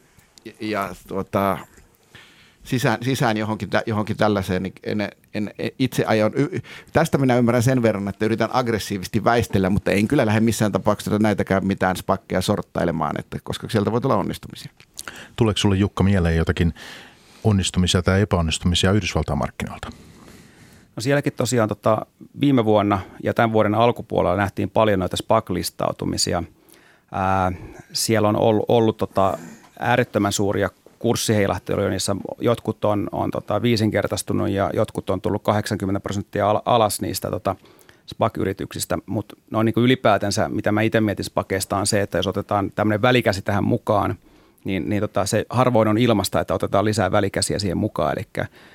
ja tuota, sisään, sisään johonkin, johonkin tällaiseen, niin en, en, itse aion, tästä minä ymmärrän sen verran, että yritän aggressiivisesti väistellä, mutta en kyllä lähde missään tapauksessa näitäkään mitään spakkeja sorttailemaan, että, koska sieltä voi tulla onnistumisia. Tuleeko sinulle, Jukka, mieleen jotakin onnistumisia tai epäonnistumisia Yhdysvaltain markkinoilta? No sielläkin tosiaan tota, viime vuonna ja tämän vuoden alkupuolella nähtiin paljon noita SPAC-listautumisia. Ää, siellä on ollut, ollut tota, äärettömän suuria kurssiheilahteluja, niissä jotkut on, on tota, viisinkertaistunut ja jotkut on tullut kahdeksankymmentä prosenttia alas niistä tota, SPAC-yrityksistä, mutta no niin kuin ylipäätänsä, mitä mä itse mietin SPACeista on se, että jos otetaan tämmöinen välikäsi tähän mukaan, niin, niin tota, se harvoin on ilmasta, että otetaan lisää välikäsiä siihen mukaan, eli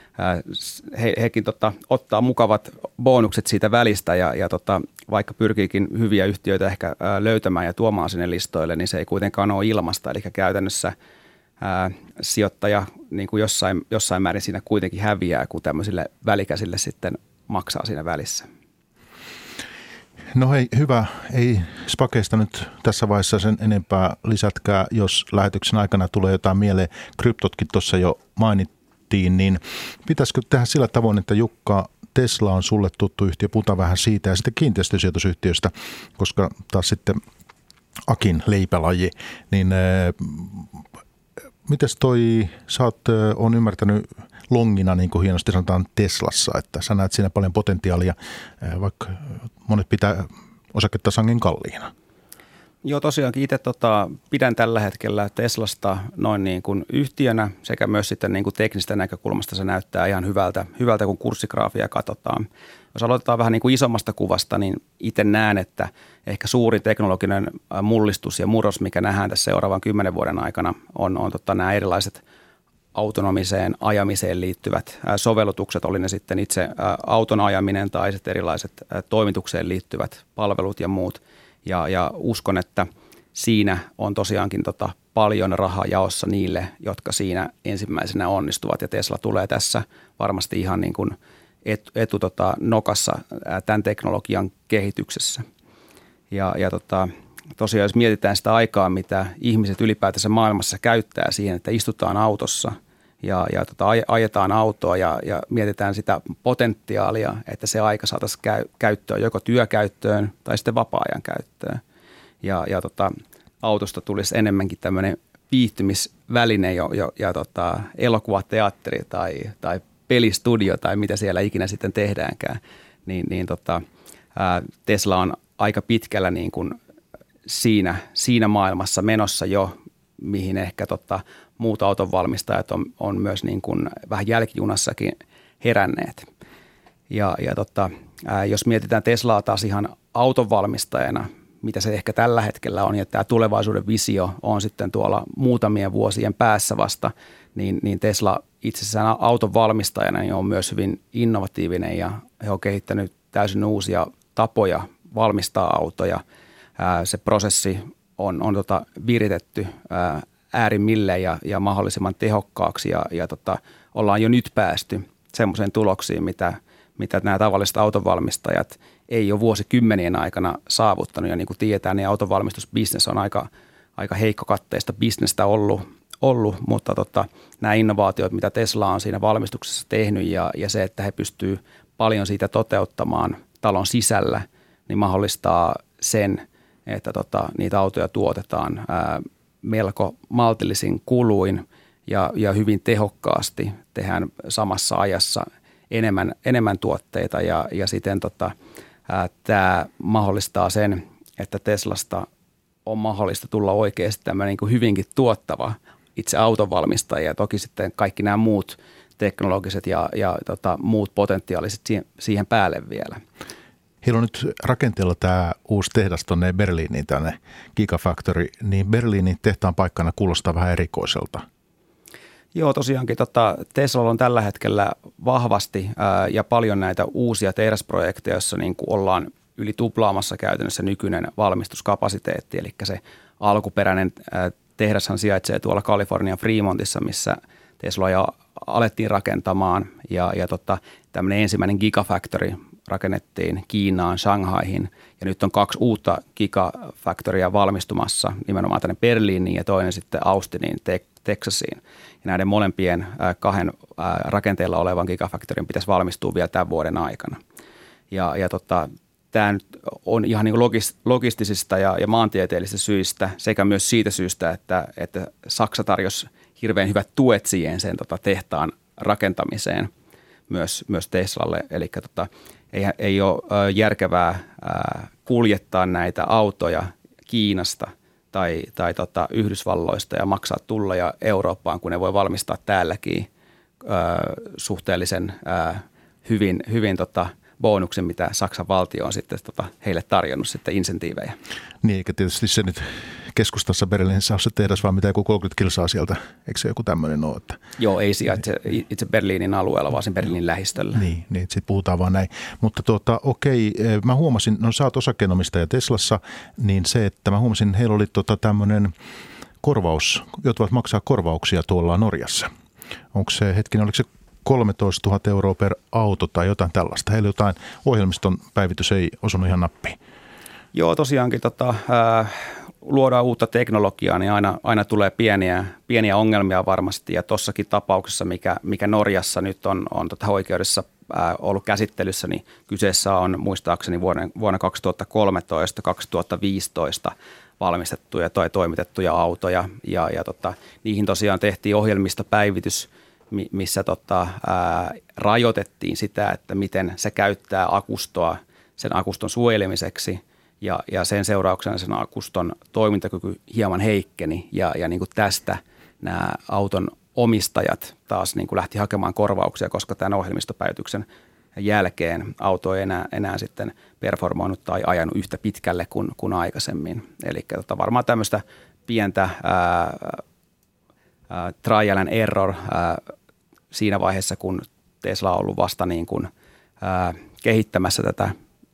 he, hekin tota, ottaa mukavat bonukset siitä välistä ja, ja tota, vaikka pyrkiikin hyviä yhtiöitä ehkä ää, löytämään ja tuomaan sinne listoille, niin se ei kuitenkaan ole ilmasta, eli käytännössä ää, sijoittaja niin kuin jossain, jossain määrin siinä kuitenkin häviää, kun tämmöisille välikäsille sitten maksaa siinä välissä. No hei, hyvä. Ei Spakeista nyt tässä vaiheessa sen enempää lisätkää. Jos lähetyksen aikana tulee jotain mieleen, kryptotkin tuossa jo mainittiin, niin pitäisikö tehdä sillä tavoin, että Jukka, Tesla on sulle tuttu yhtiö, puhutaan vähän siitä ja sitten kiinteistösijoitusyhtiöstä, koska taas sitten Akin leipälaji, niin äh, mites toi, sä oot, äh, on ymmärtänyt longina, niin kuin hienosti sanotaan Teslassa, että sä näet siinä paljon potentiaalia, äh, vaikka monet pitää osaketta sangen kalliina. Joo, tosiaankin itse tota, pidän tällä hetkellä Teslasta noin niin kuin yhtiönä sekä myös sitten niin kuin teknisestä näkökulmasta se näyttää ihan hyvältä, hyvältä kun kurssigraafia katsotaan. Jos aloitetaan vähän niin kuin isommasta kuvasta, niin itse näen, että ehkä suurin teknologinen mullistus ja murros, mikä nähdään tässä seuraavan kymmenen vuoden aikana, on, on tota, nämä erilaiset autonomiseen ajamiseen liittyvät sovellutukset, oli ne sitten itse auton ajaminen tai sitten erilaiset toimitukseen liittyvät palvelut ja muut. Ja, ja uskon, että siinä on tosiaankin tota paljon rahaa jaossa niille, jotka siinä ensimmäisenä onnistuvat. Ja Tesla tulee tässä varmasti ihan niin kuin etu, etu tota nokassa tämän teknologian kehityksessä. Ja, ja tota, tosiaan jos mietitään sitä aikaa, mitä ihmiset ylipäätänsä maailmassa käyttää siihen, että istutaan autossa ja, ja tota, ajetaan autoa ja, ja mietitään sitä potentiaalia, että se aika saataisiin käy, käyttöön joko työkäyttöön tai sitten vapaa-ajan käyttöön. Ja, ja tota, autosta tulisi enemmänkin tämmöinen viihtymisväline jo, jo, ja tota, elokuvateatteri tai, tai pelistudio tai mitä siellä ikinä sitten tehdäänkään. Niin, niin tota, ää, Tesla on aika pitkällä niin kuin siinä, siinä maailmassa menossa jo, mihin ehkä tota, muut autonvalmistajat on, on myös niin kuin vähän jälkijunassakin heränneet. Ja, ja tota, ää, jos mietitään Teslaa taas ihan autonvalmistajana, mitä se ehkä tällä hetkellä on, ja tämä tulevaisuuden visio on sitten tuolla muutamien vuosien päässä vasta, niin, niin Tesla itsessään autonvalmistajana niin on myös hyvin innovatiivinen ja he on kehittänyt täysin uusia tapoja valmistaa autoja. Ää, se prosessi on, on tota viritetty ää, äärimmilleen ja, ja mahdollisimman tehokkaaksi ja, ja tota, ollaan jo nyt päästy semmoiseen tuloksiin, mitä, mitä nämä tavalliset autonvalmistajat ei ole vuosikymmenien aikana saavuttanut. Ja niin kuin tiedetään, niin autonvalmistusbisnes on aika, aika heikkokatteista bisnestä ollut, ollut mutta tota, nämä innovaatiot, mitä Tesla on siinä valmistuksessa tehnyt ja, ja se, että he pystyvät paljon siitä toteuttamaan talon sisällä, niin mahdollistaa sen, että tota, niitä autoja tuotetaan ää, melko maltillisin kuluin ja, ja hyvin tehokkaasti tehdään samassa ajassa enemmän, enemmän tuotteita ja, ja siten tota, ää, tämä mahdollistaa sen, että Teslasta on mahdollista tulla oikeasti tämmöinen niin kuin hyvinkin tuottava itse autonvalmistaja ja toki sitten kaikki nämä muut teknologiset ja, ja tota, muut potentiaaliset siihen, siihen päälle vielä. Heillä on nyt rakenteella tämä uusi tehdas tuonne Berliiniin, tänne Gigafactory, niin Berliinin tehtaan paikkana kuulostaa vähän erikoiselta. Joo, tosiaankin tota, Teslalla on tällä hetkellä vahvasti ää, ja paljon näitä uusia tehdasprojekteja, joissa niin kuin ollaan yli tuplaamassa käytännössä nykyinen valmistuskapasiteetti. Eli se alkuperäinen ää, tehdashan sijaitsee tuolla Kalifornian Fremontissa, missä Tesla jo alettiin rakentamaan ja, ja tota, tämmöinen ensimmäinen Gigafactory rakennettiin Kiinaan, Shanghaihin ja nyt on kaksi uutta Gigafactorya valmistumassa nimenomaan tänne Berliiniin ja toinen sitten Austiniin, Texasiin. Ja näiden molempien kahden rakenteella olevan Gigafactoryn pitäisi valmistua vielä tämän vuoden aikana. Ja, ja tota, tämä nyt on ihan niin kuin logistisista ja, ja maantieteellisistä syistä sekä myös siitä syystä, että, että Saksa tarjosi hirveän hyvät tuet siihen sen tota, tehtaan rakentamiseen myös, myös Teslalle. Eli tota, ei, ei ole järkevää ää, kuljettaa näitä autoja Kiinasta tai, tai tota, Yhdysvalloista ja maksaa tulleja Eurooppaan, kun ne voi valmistaa täälläkin ää, suhteellisen ää, hyvin, hyvin tota, bonuksen, mitä Saksan valtio on sitten tota, heille tarjonnut sitten insentiivejä. Niin, eikä tietysti se nyt keskustassa Berliinissä ole se tehdas, vaan mitä joku kolmekymmentä kilsaa sieltä. Eikö se joku tämmöinen ole? Että Joo, ei sijaitse itse Berliinin alueella, vaan sen Berliinin lähistöllä. Niin, niin sitten puhutaan vaan näin. Mutta tuota, okei, mä huomasin, no sä oot osakenomistaja Teslassa, niin se, että mä huomasin, heillä oli tota tämmöinen korvaus, joutuvat maksaa korvauksia tuolla Norjassa. Onko se, hetkinen, oliko se kolmetoistatuhatta euroa per auto tai jotain tällaista? Heillä jotain ohjelmiston päivitys ei osunut ihan nappiin. Joo, tosiaankin tota, ää, luodaan uutta teknologiaa, niin aina, aina tulee pieniä, pieniä ongelmia varmasti. Ja tuossakin tapauksessa, mikä, mikä Norjassa nyt on, on tota oikeudessa ää, ollut käsittelyssä, niin kyseessä on muistaakseni vuonna, vuonna kaksituhattakolmetoista kaksituhattaviisitoista valmistettuja tai toimitettuja autoja. Ja, ja tota, niihin tosiaan tehtiin ohjelmistopäivitys, missä tota, ää, rajoitettiin sitä, että miten se käyttää akustoa sen akuston suojelemiseksi. Ja, ja sen seurauksena sen akuston toimintakyky hieman heikkeni ja, ja niin kuin tästä nämä auton omistajat taas niin kuin lähti hakemaan korvauksia, koska tämän ohjelmistopäivityksen jälkeen auto ei enää, enää sitten performoinut tai ajanut yhtä pitkälle kuin, kuin aikaisemmin. Eli tota, varmaan tämmöistä pientä ää, ää, trial and error ää, siinä vaiheessa, kun Tesla on ollut vasta niin kuin, ää, kehittämässä tätä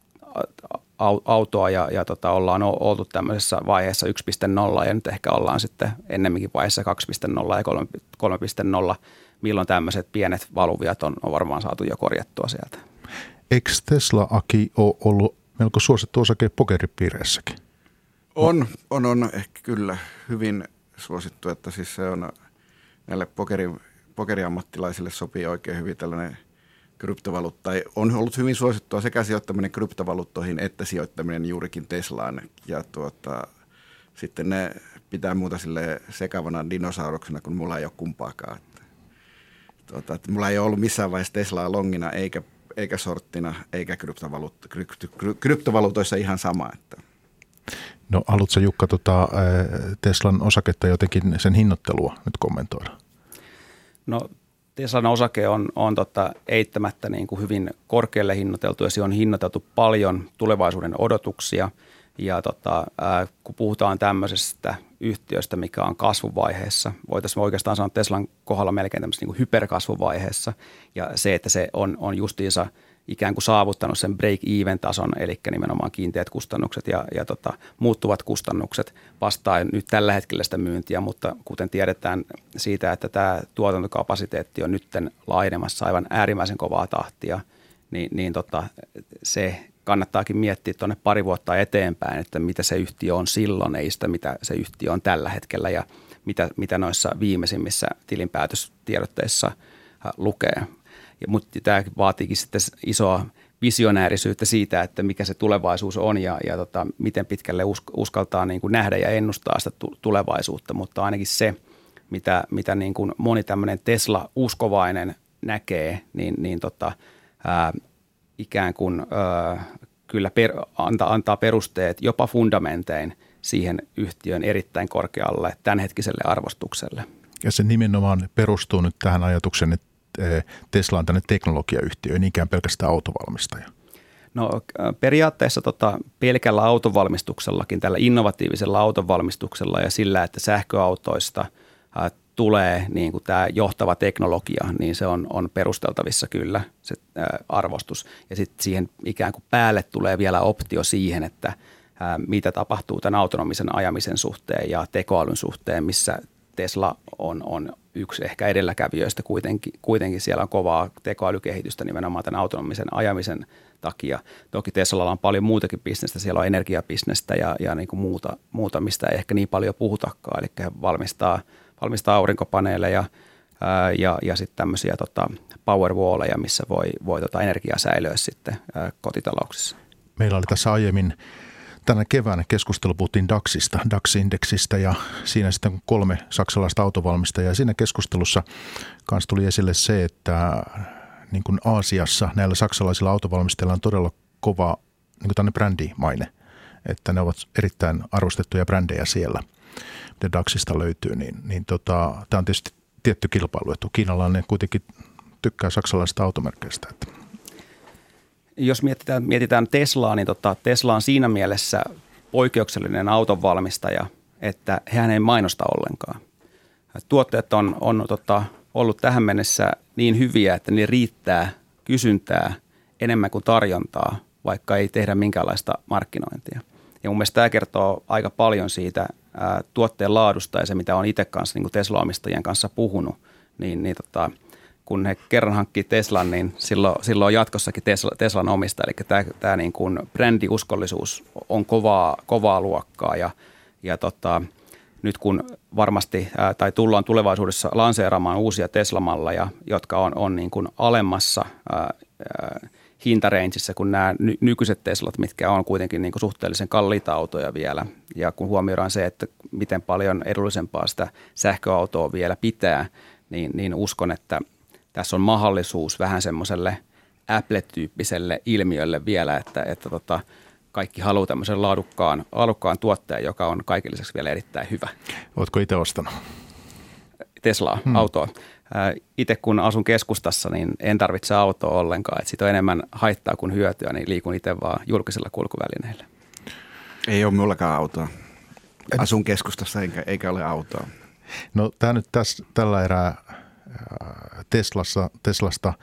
autoa ja, ja tota, ollaan oltu tämmöisessä vaiheessa yksi piste nolla ja nyt ehkä ollaan sitten ennemminkin vaiheessa kaksi piste nolla ja kolme piste nolla, milloin tämmöiset pienet valuviat on, on varmaan saatu jo korjattua sieltä. Eikö Tesla, Aki, ole ollut melko suosittu osake pokeripiireissäkin? On, on, on ehkä kyllä hyvin suosittu, että siis se on näille pokeri, pokeriammattilaisille sopii oikein hyvin tällainen kryptovaluutta. On ollut hyvin suosittua sekä sijoittaminen kryptovaluuttoihin että sijoittaminen juurikin Teslaan. Ja tuota, sitten ne pitää muuta sille sekavana dinosauruksena, kun mulla ei ole kumpaakaan. Että, tuota, että mulla ei ole ollut missään vaiheessa Teslaa longina eikä, eikä sorttina eikä kryptovaluutta, krypto, kryptovaluutoissa ihan sama. Että. No haluatko Jukka tota, Teslan osaketta jotenkin sen hinnoittelua nyt kommentoida? No Teslan osake on, on tota, eittämättä niin kuin hyvin korkealle hinnoiteltu ja se on hinnoiteltu paljon tulevaisuuden odotuksia. Ja tota, ää, kun puhutaan tämmöisestä yhtiöstä, mikä on kasvuvaiheessa, voitaisiin oikeastaan sanoa Teslan kohdalla melkein tämmöisessä niin kuin hyperkasvuvaiheessa. Ja se, että se on, on justiinsa ikään kuin saavuttanut sen break-even-tason, eli nimenomaan kiinteät kustannukset ja, ja tota, muuttuvat kustannukset vastaa nyt tällä hetkellä sitä myyntiä, mutta kuten tiedetään siitä, että tämä tuotantokapasiteetti on nyt laajenemassa aivan äärimmäisen kovaa tahtia, niin, niin tota, se kannattaakin miettiä tuonne pari vuotta eteenpäin, että mitä se yhtiö on silloin, ei sitä mitä se yhtiö on tällä hetkellä ja mitä, mitä noissa viimeisimmissä tilinpäätöstiedotteissa lukee. Mutta tämä vaatiikin sitten isoa visionäärisyyttä siitä, että mikä se tulevaisuus on ja, ja tota, miten pitkälle uskaltaa niin kuin nähdä ja ennustaa sitä tulevaisuutta. Mutta ainakin se, mitä, mitä niin kuin moni tämmöinen Tesla-uskovainen näkee, niin, niin tota, ää, ikään kuin ää, kyllä per, antaa, antaa perusteet jopa fundamentein siihen yhtiön erittäin korkealle tämänhetkiselle arvostukselle. Ja se nimenomaan perustuu nyt tähän ajatukseen, että Tesla on tänne teknologiayhtiö, ei niinkään pelkästään autovalmistaja. No periaatteessa tota, pelkällä autovalmistuksellakin, tällä innovatiivisella autovalmistuksella ja sillä, että sähköautoista ä, tulee niin kuin tämä johtava teknologia, niin se on, on perusteltavissa kyllä se ä, arvostus. Ja sitten siihen ikään kuin päälle tulee vielä optio siihen, että ä, mitä tapahtuu tämän autonomisen ajamisen suhteen ja tekoälyn suhteen, missä Tesla on, on yksi ehkä edelläkävijöistä kuitenkin, kuitenkin siellä on kovaa tekoälykehitystä nimenomaan tämän autonomisen ajamisen takia. Toki Teslalla on paljon muutakin bisnestä, siellä on energiabisnestä ja, ja niin kuin muuta, muuta, mistä ei ehkä niin paljon puhutakaan. Eli he valmistaa, valmistaa aurinkopaneeleja ää, ja, ja sitten tämmöisiä tota, powerwalleja, missä voi, voi tota energiaa säilyä sitten ää, kotitalouksissa. Meillä oli tässä aiemmin tänä keväänä keskustelu puhuttiin DAXista, DAX-indeksistä ja siinä sitten kolme saksalaista autovalmistajaa. Ja siinä keskustelussa kanssa tuli esille se, että niin kuin Aasiassa näillä saksalaisilla autovalmistajilla on todella kova niin kuin tänne brändimaine, että ne ovat erittäin arvostettuja brändejä siellä, mitä DAXista löytyy. Niin, niin tota, tämä on tietysti tietty kilpailuetu. Kiinalainen kuitenkin tykkää saksalaisista automerkeistä, että jos mietitään, mietitään Teslaa, niin tota, Tesla on siinä mielessä poikkeuksellinen autonvalmistaja, että hän ei mainosta ollenkaan. Tuotteet on, on tota, ollut tähän mennessä niin hyviä, että ne riittää kysyntää enemmän kuin tarjontaa, vaikka ei tehdä minkäänlaista markkinointia. Ja mun mielestä tämä kertoo aika paljon siitä ää, tuotteen laadusta ja se, mitä on itse kanssa niin kuin Tesla-omistajien kanssa puhunut, niin, niin tota, kun he kerran hankkii Teslan, niin silloin, silloin on jatkossakin Tesla, Teslan omista. Eli tämä, tämä niin kuin brändiuskollisuus on kovaa, kovaa luokkaa ja, ja tota, nyt kun varmasti ää, tai tullaan tulevaisuudessa lanseeraamaan uusia Tesla-malleja, jotka on, on niin kuin alemmassa ää, ää, hintarangeissa kuin nämä ny- nykyiset Teslat, mitkä on kuitenkin niin kuin suhteellisen kalliita autoja vielä. Ja kun huomioidaan se, että miten paljon edullisempaa sitä sähköautoa vielä pitää, niin, niin uskon, että tässä on mahdollisuus vähän semmoiselle Apple-tyyppiselle ilmiölle vielä, että, että tota, kaikki haluaa tämmöisen laadukkaan, laadukkaan tuotteen, joka on kaiken lisäksi vielä erittäin hyvä. Oletko itse ostanut? Teslaa, hmm. autoa. Itse kun asun keskustassa, niin en tarvitse autoa ollenkaan. Siitä on enemmän haittaa kuin hyötyä, niin liikun itse vaan julkisella kulkuvälineillä. Ei ole minullakaan autoa. Asun keskustassa eikä, eikä ole autoa. No tämä nyt tässä, tällä erää Teslassa, Teslasta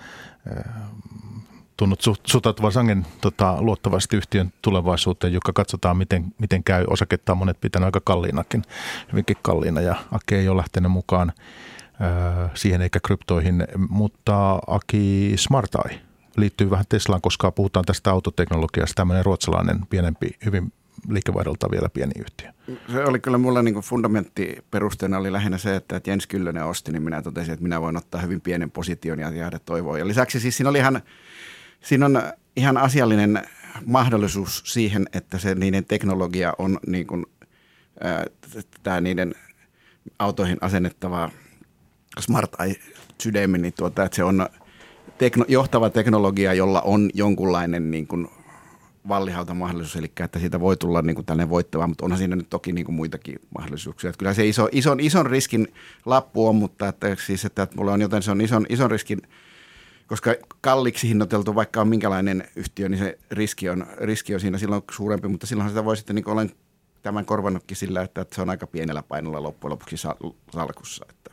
tunnut sutautuvan sangen tota, luottavasti yhtiön tulevaisuuteen, joka katsotaan miten, miten käy. Osaketta on monet pitänyt aika kalliinakin, hyvinkin kalliina ja Aki ei ole lähtenyt mukaan ö, siihen eikä kryptoihin, mutta Aki Smart Eye liittyy vähän Teslaan, koska puhutaan tästä autoteknologiasta, tämmöinen ruotsalainen pienempi, hyvin liikevaihdolta vielä pieni yhtiö. Se oli kyllä mulla niin kuin fundamenttiperusteena oli lähinnä se, että Jens Kyllönen osti, niin minä totesin, että minä voin ottaa hyvin pienen position ja jäädä toivoon. Ja lisäksi siis siinä oli ihan, siinä on ihan asiallinen mahdollisuus siihen, että se niiden teknologia on niin kuin, ää, tämä niiden autoihin asennettava Smart Eye-sydämi, niin tuota, että se on tekno, johtava teknologia, jolla on jonkunlainen niin kuin vallihauta mahdollisuus, eli että siitä voi tulla niin kuin tällainen voittava, mutta onhan siinä nyt toki niin kuin muitakin mahdollisuuksia. Että kyllä se iso, ison, ison riskin lappu on, mutta että, siis, että, että mulla on joten se on ison, ison riskin, koska kalliiksi hinnoiteltu, vaikka on minkälainen yhtiö, niin se riski on, riski on siinä silloin suurempi, mutta silloin sitä voi sitten, niin kuin olen tämän korvannutkin sillä, että, että se on aika pienellä painolla loppujen lopuksi salkussa. Että.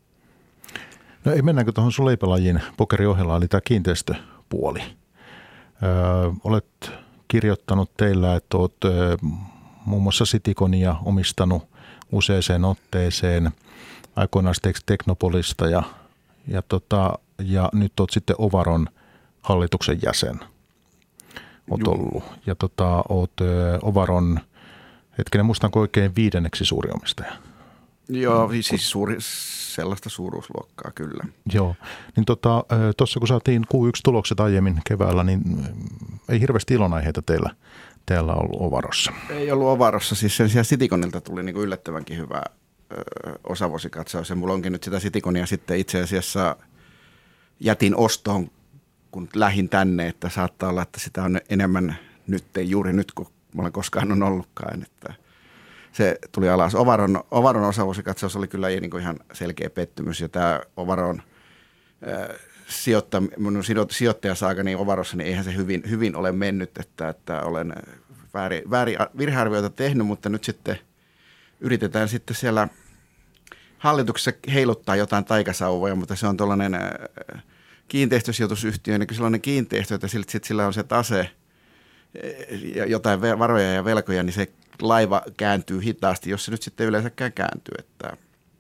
No ei mennäänkö tuohon sun leipälajin pokeriohjelmaan, eli tämä kiinteistöpuoli. Öö, olet kirjoittanut teillä, että olet öö, muun muassa Cityconia omistanut useaseen otteeseen, aikoinaan Teknopolista ja, ja, tota, ja nyt olet sitten Ovaron hallituksen jäsen. Olet ollut. Ja tota, olet öö, Ovaron, hetkinen, muistanko oikein viidenneksi suuri omistaja? Joo, siis suuri, sellaista suuruusluokkaa kyllä. Joo, niin tuossa tota, kun saatiin Q yksi -tulokset aiemmin keväällä, niin ei hirveästi ilonaiheita teillä, teillä ollut Ovarossa. Ei ollut Ovarossa, siis sen sijaan Cityconilta tuli niin kuin yllättävänkin hyvä ö, osavuosikatsaus. Ja mulla onkin nyt sitä Cityconia sitten itse asiassa jätin ostoon, kun lähin tänne, että saattaa olla, että sitä on enemmän nyt, juuri nyt, kun mä olen koskaan on ollutkaan, että se tuli alas. Ovaron, Ovaron osavuosikatsaus oli kyllä niin kuin ihan selkeä pettymys, ja tämä Ovaron äh, sijoitta, minun sijoittajasaakani niin Ovarossa, niin eihän se hyvin, hyvin ole mennyt, että, että olen väärin, väärin virhearvioita tehnyt, mutta nyt sitten yritetään sitten siellä hallituksessa heiluttaa jotain taikasauvoja, mutta se on tuollainen äh, kiinteistösijoitusyhtiö, niin sellainen kiinteistö, että sitten sit sillä on se tase ja jotain varoja ja velkoja, niin se laiva kääntyy hitaasti, jos se nyt sitten yleensäkään kääntyy. Että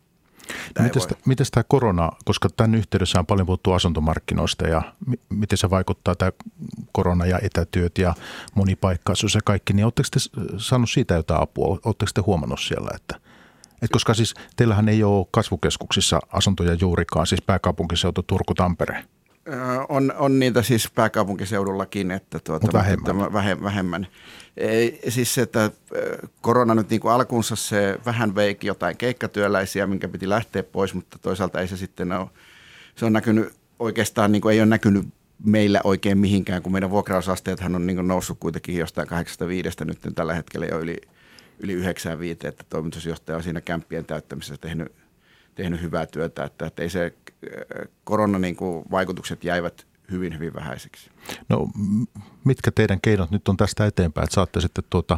miten tämä korona, koska tämän yhteydessä on paljon puhuttu asuntomarkkinoista ja m- miten se vaikuttaa tämä korona ja etätyöt ja monipaikkaisuus ja kaikki, niin oletteko te saanut siitä jotain apua? Oletteko te huomannut siellä, että et koska siis teillähän ei ole kasvukeskuksissa asuntoja juurikaan, siis pääkaupunkiseutu Turku, Tampere. On, on niitä siis pääkaupunkiseudullakin, että tuota, Mut vähemmän. Että vähemmän. Ei, siis se, että korona nyt niin kuin alkuunsa se vähän veiki jotain keikkatyöläisiä, minkä piti lähteä pois, mutta toisaalta ei se sitten ole, se on näkynyt oikeastaan, niin kuin ei ole näkynyt meillä oikein mihinkään, kun meidän vuokrausasteethan on niin kuin noussut kuitenkin jostain kahdeksankymmentäviisi nyt tällä hetkellä jo yli, yli yhdeksänkymmentäviisi, että toimitusjohtaja on siinä kämppien täyttämisessä tehnyt, tehnyt hyvää työtä, että, että ei se korona niin kuin vaikutukset jäivät hyvin, hyvin vähäiseksi. No mitkä teidän keinot nyt on tästä eteenpäin, että saatte sitten tuota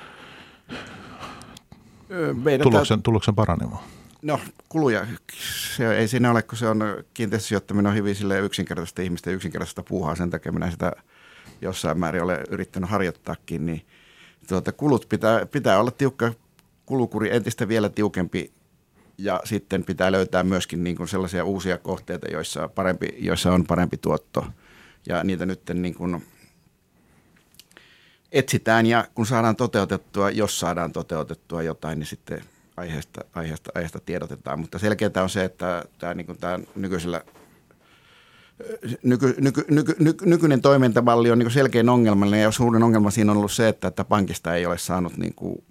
tuloksen, tuloksen paranemaan? No kuluja, se ei siinä ole, kun se on kiinteistösijoittaminen on hyvin silleen yksinkertaista ihmistä ja yksinkertaista puuhaa, sen takia minä sitä jossain määrin olen yrittänyt harjoittaakin, niin tuota, kulut pitää, pitää olla tiukka kulukuri, entistä vielä tiukempi Ja sitten pitää löytää myöskin niin kuin sellaisia uusia kohteita, joissa, parempi, joissa on parempi tuotto. Ja niitä nyt niin kuin etsitään ja kun saadaan toteutettua, jos saadaan toteutettua jotain, niin sitten aiheesta, aiheesta, aiheesta tiedotetaan. Mutta selkeää on se, että tämä, niin kuin tämä nykyisellä, nyky, nyky, nyky, nyky, nykyinen toimintamalli on niin kuin selkein ongelmallinen. Ja suurin ongelma siinä on ollut se, että, että pankista ei ole saanut niin kuin,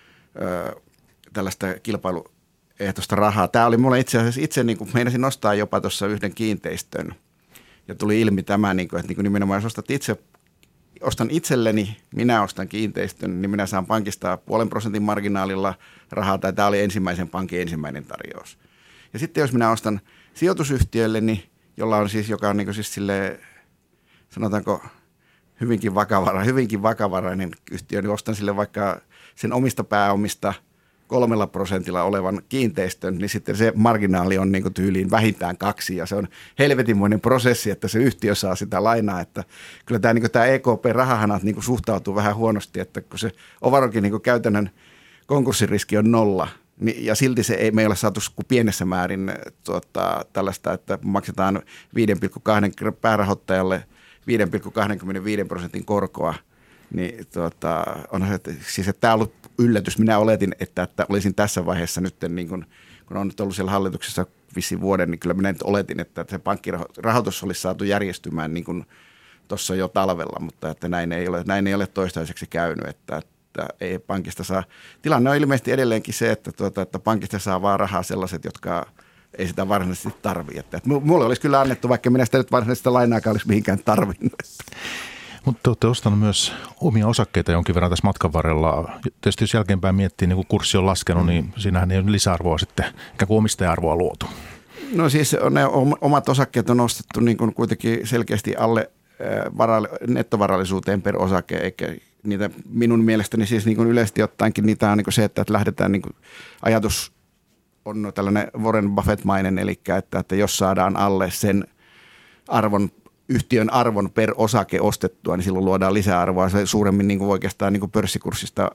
ö, tällaista kilpailuehtoista rahaa. Tämä oli mulle itse asiassa itse, niin kuin meinasin nostaa jopa tuossa yhden kiinteistön. Ja tuli ilmi tämä, niin kuin, että niin kuin nimenomaan jos ostat itse, ostan itselleni, minä ostan kiinteistön, niin minä saan pankista puolen prosentin marginaalilla rahaa, tai tämä oli ensimmäisen pankin ensimmäinen tarjous. Ja sitten jos minä ostan sijoitusyhtiölleni, jolla on siis, joka on niin kuin siis silleen, sanotaanko hyvinkin vakavara, hyvinkin vakavarainen yhtiö, niin ostan sille vaikka sen omista pääomista kolmella prosentilla olevan kiinteistön, niin sitten se marginaali on niin kuin tyyliin vähintään kaksi, ja se on helvetinmoinen prosessi, että se yhtiö saa sitä lainaa, että kyllä tämä, niin kuin tämä E K P-rahahanat niin kuin suhtautuu vähän huonosti, että kun se Ovaronkin niin kuin käytännön konkurssiriski on nolla, niin, ja silti se ei, me ei ole saatu kuin pienessä määrin tuota, tällaista, että maksetaan viisi pilkku kaksi päärahoittajalle viisi pilkku kaksikymmentäviisi prosentin korkoa, niin tuota, on se, että, siis, että tämä on ollut yllätys. Minä oletin, että, että olisin tässä vaiheessa nyt, niin kun, kun on nyt ollut siellä hallituksessa vissiin vuoden, niin kyllä minä nyt oletin, että se pankkirahoitus olisi saatu järjestymään niin kuin tuossa jo talvella, mutta että näin ei ole, näin ei ole toistaiseksi käynyt, että, että ei pankista saa. Tilanne on ilmeisesti edelleenkin se, että, tuota, että pankista saa vaan rahaa sellaiset, jotka ei sitä varsinaisesti tarvitse. Että, että mulle olisi kyllä annettu, vaikka minä sitä nyt varsinaisesti lainaakaan olisi mihinkään tarvinnut. Mutta te olette ostanut myös omia osakkeita jonkin verran tässä matkan varrella. Tietysti jos jälkeenpäin miettii, niin kun kurssi on laskenut, niin siinähän ei ole lisäarvoa sitten, ikään kuin omistaja-arvoa luotu. No siis ne omat osakkeet on ostettu niin kuin kuitenkin selkeästi alle nettovarallisuuteen per osake, eikä niitä minun mielestäni siis niin kuin yleisesti ottaenkin niitä on niin kuin se, että lähdetään niin kuin ajatus on tällainen Warren Buffett-mainen, eli että, että jos saadaan alle sen arvon, yhtiön arvon per osake ostettua, niin silloin luodaan lisäarvoa. Se suuremmin niin kuin oikeastaan niin kuin pörssikurssista,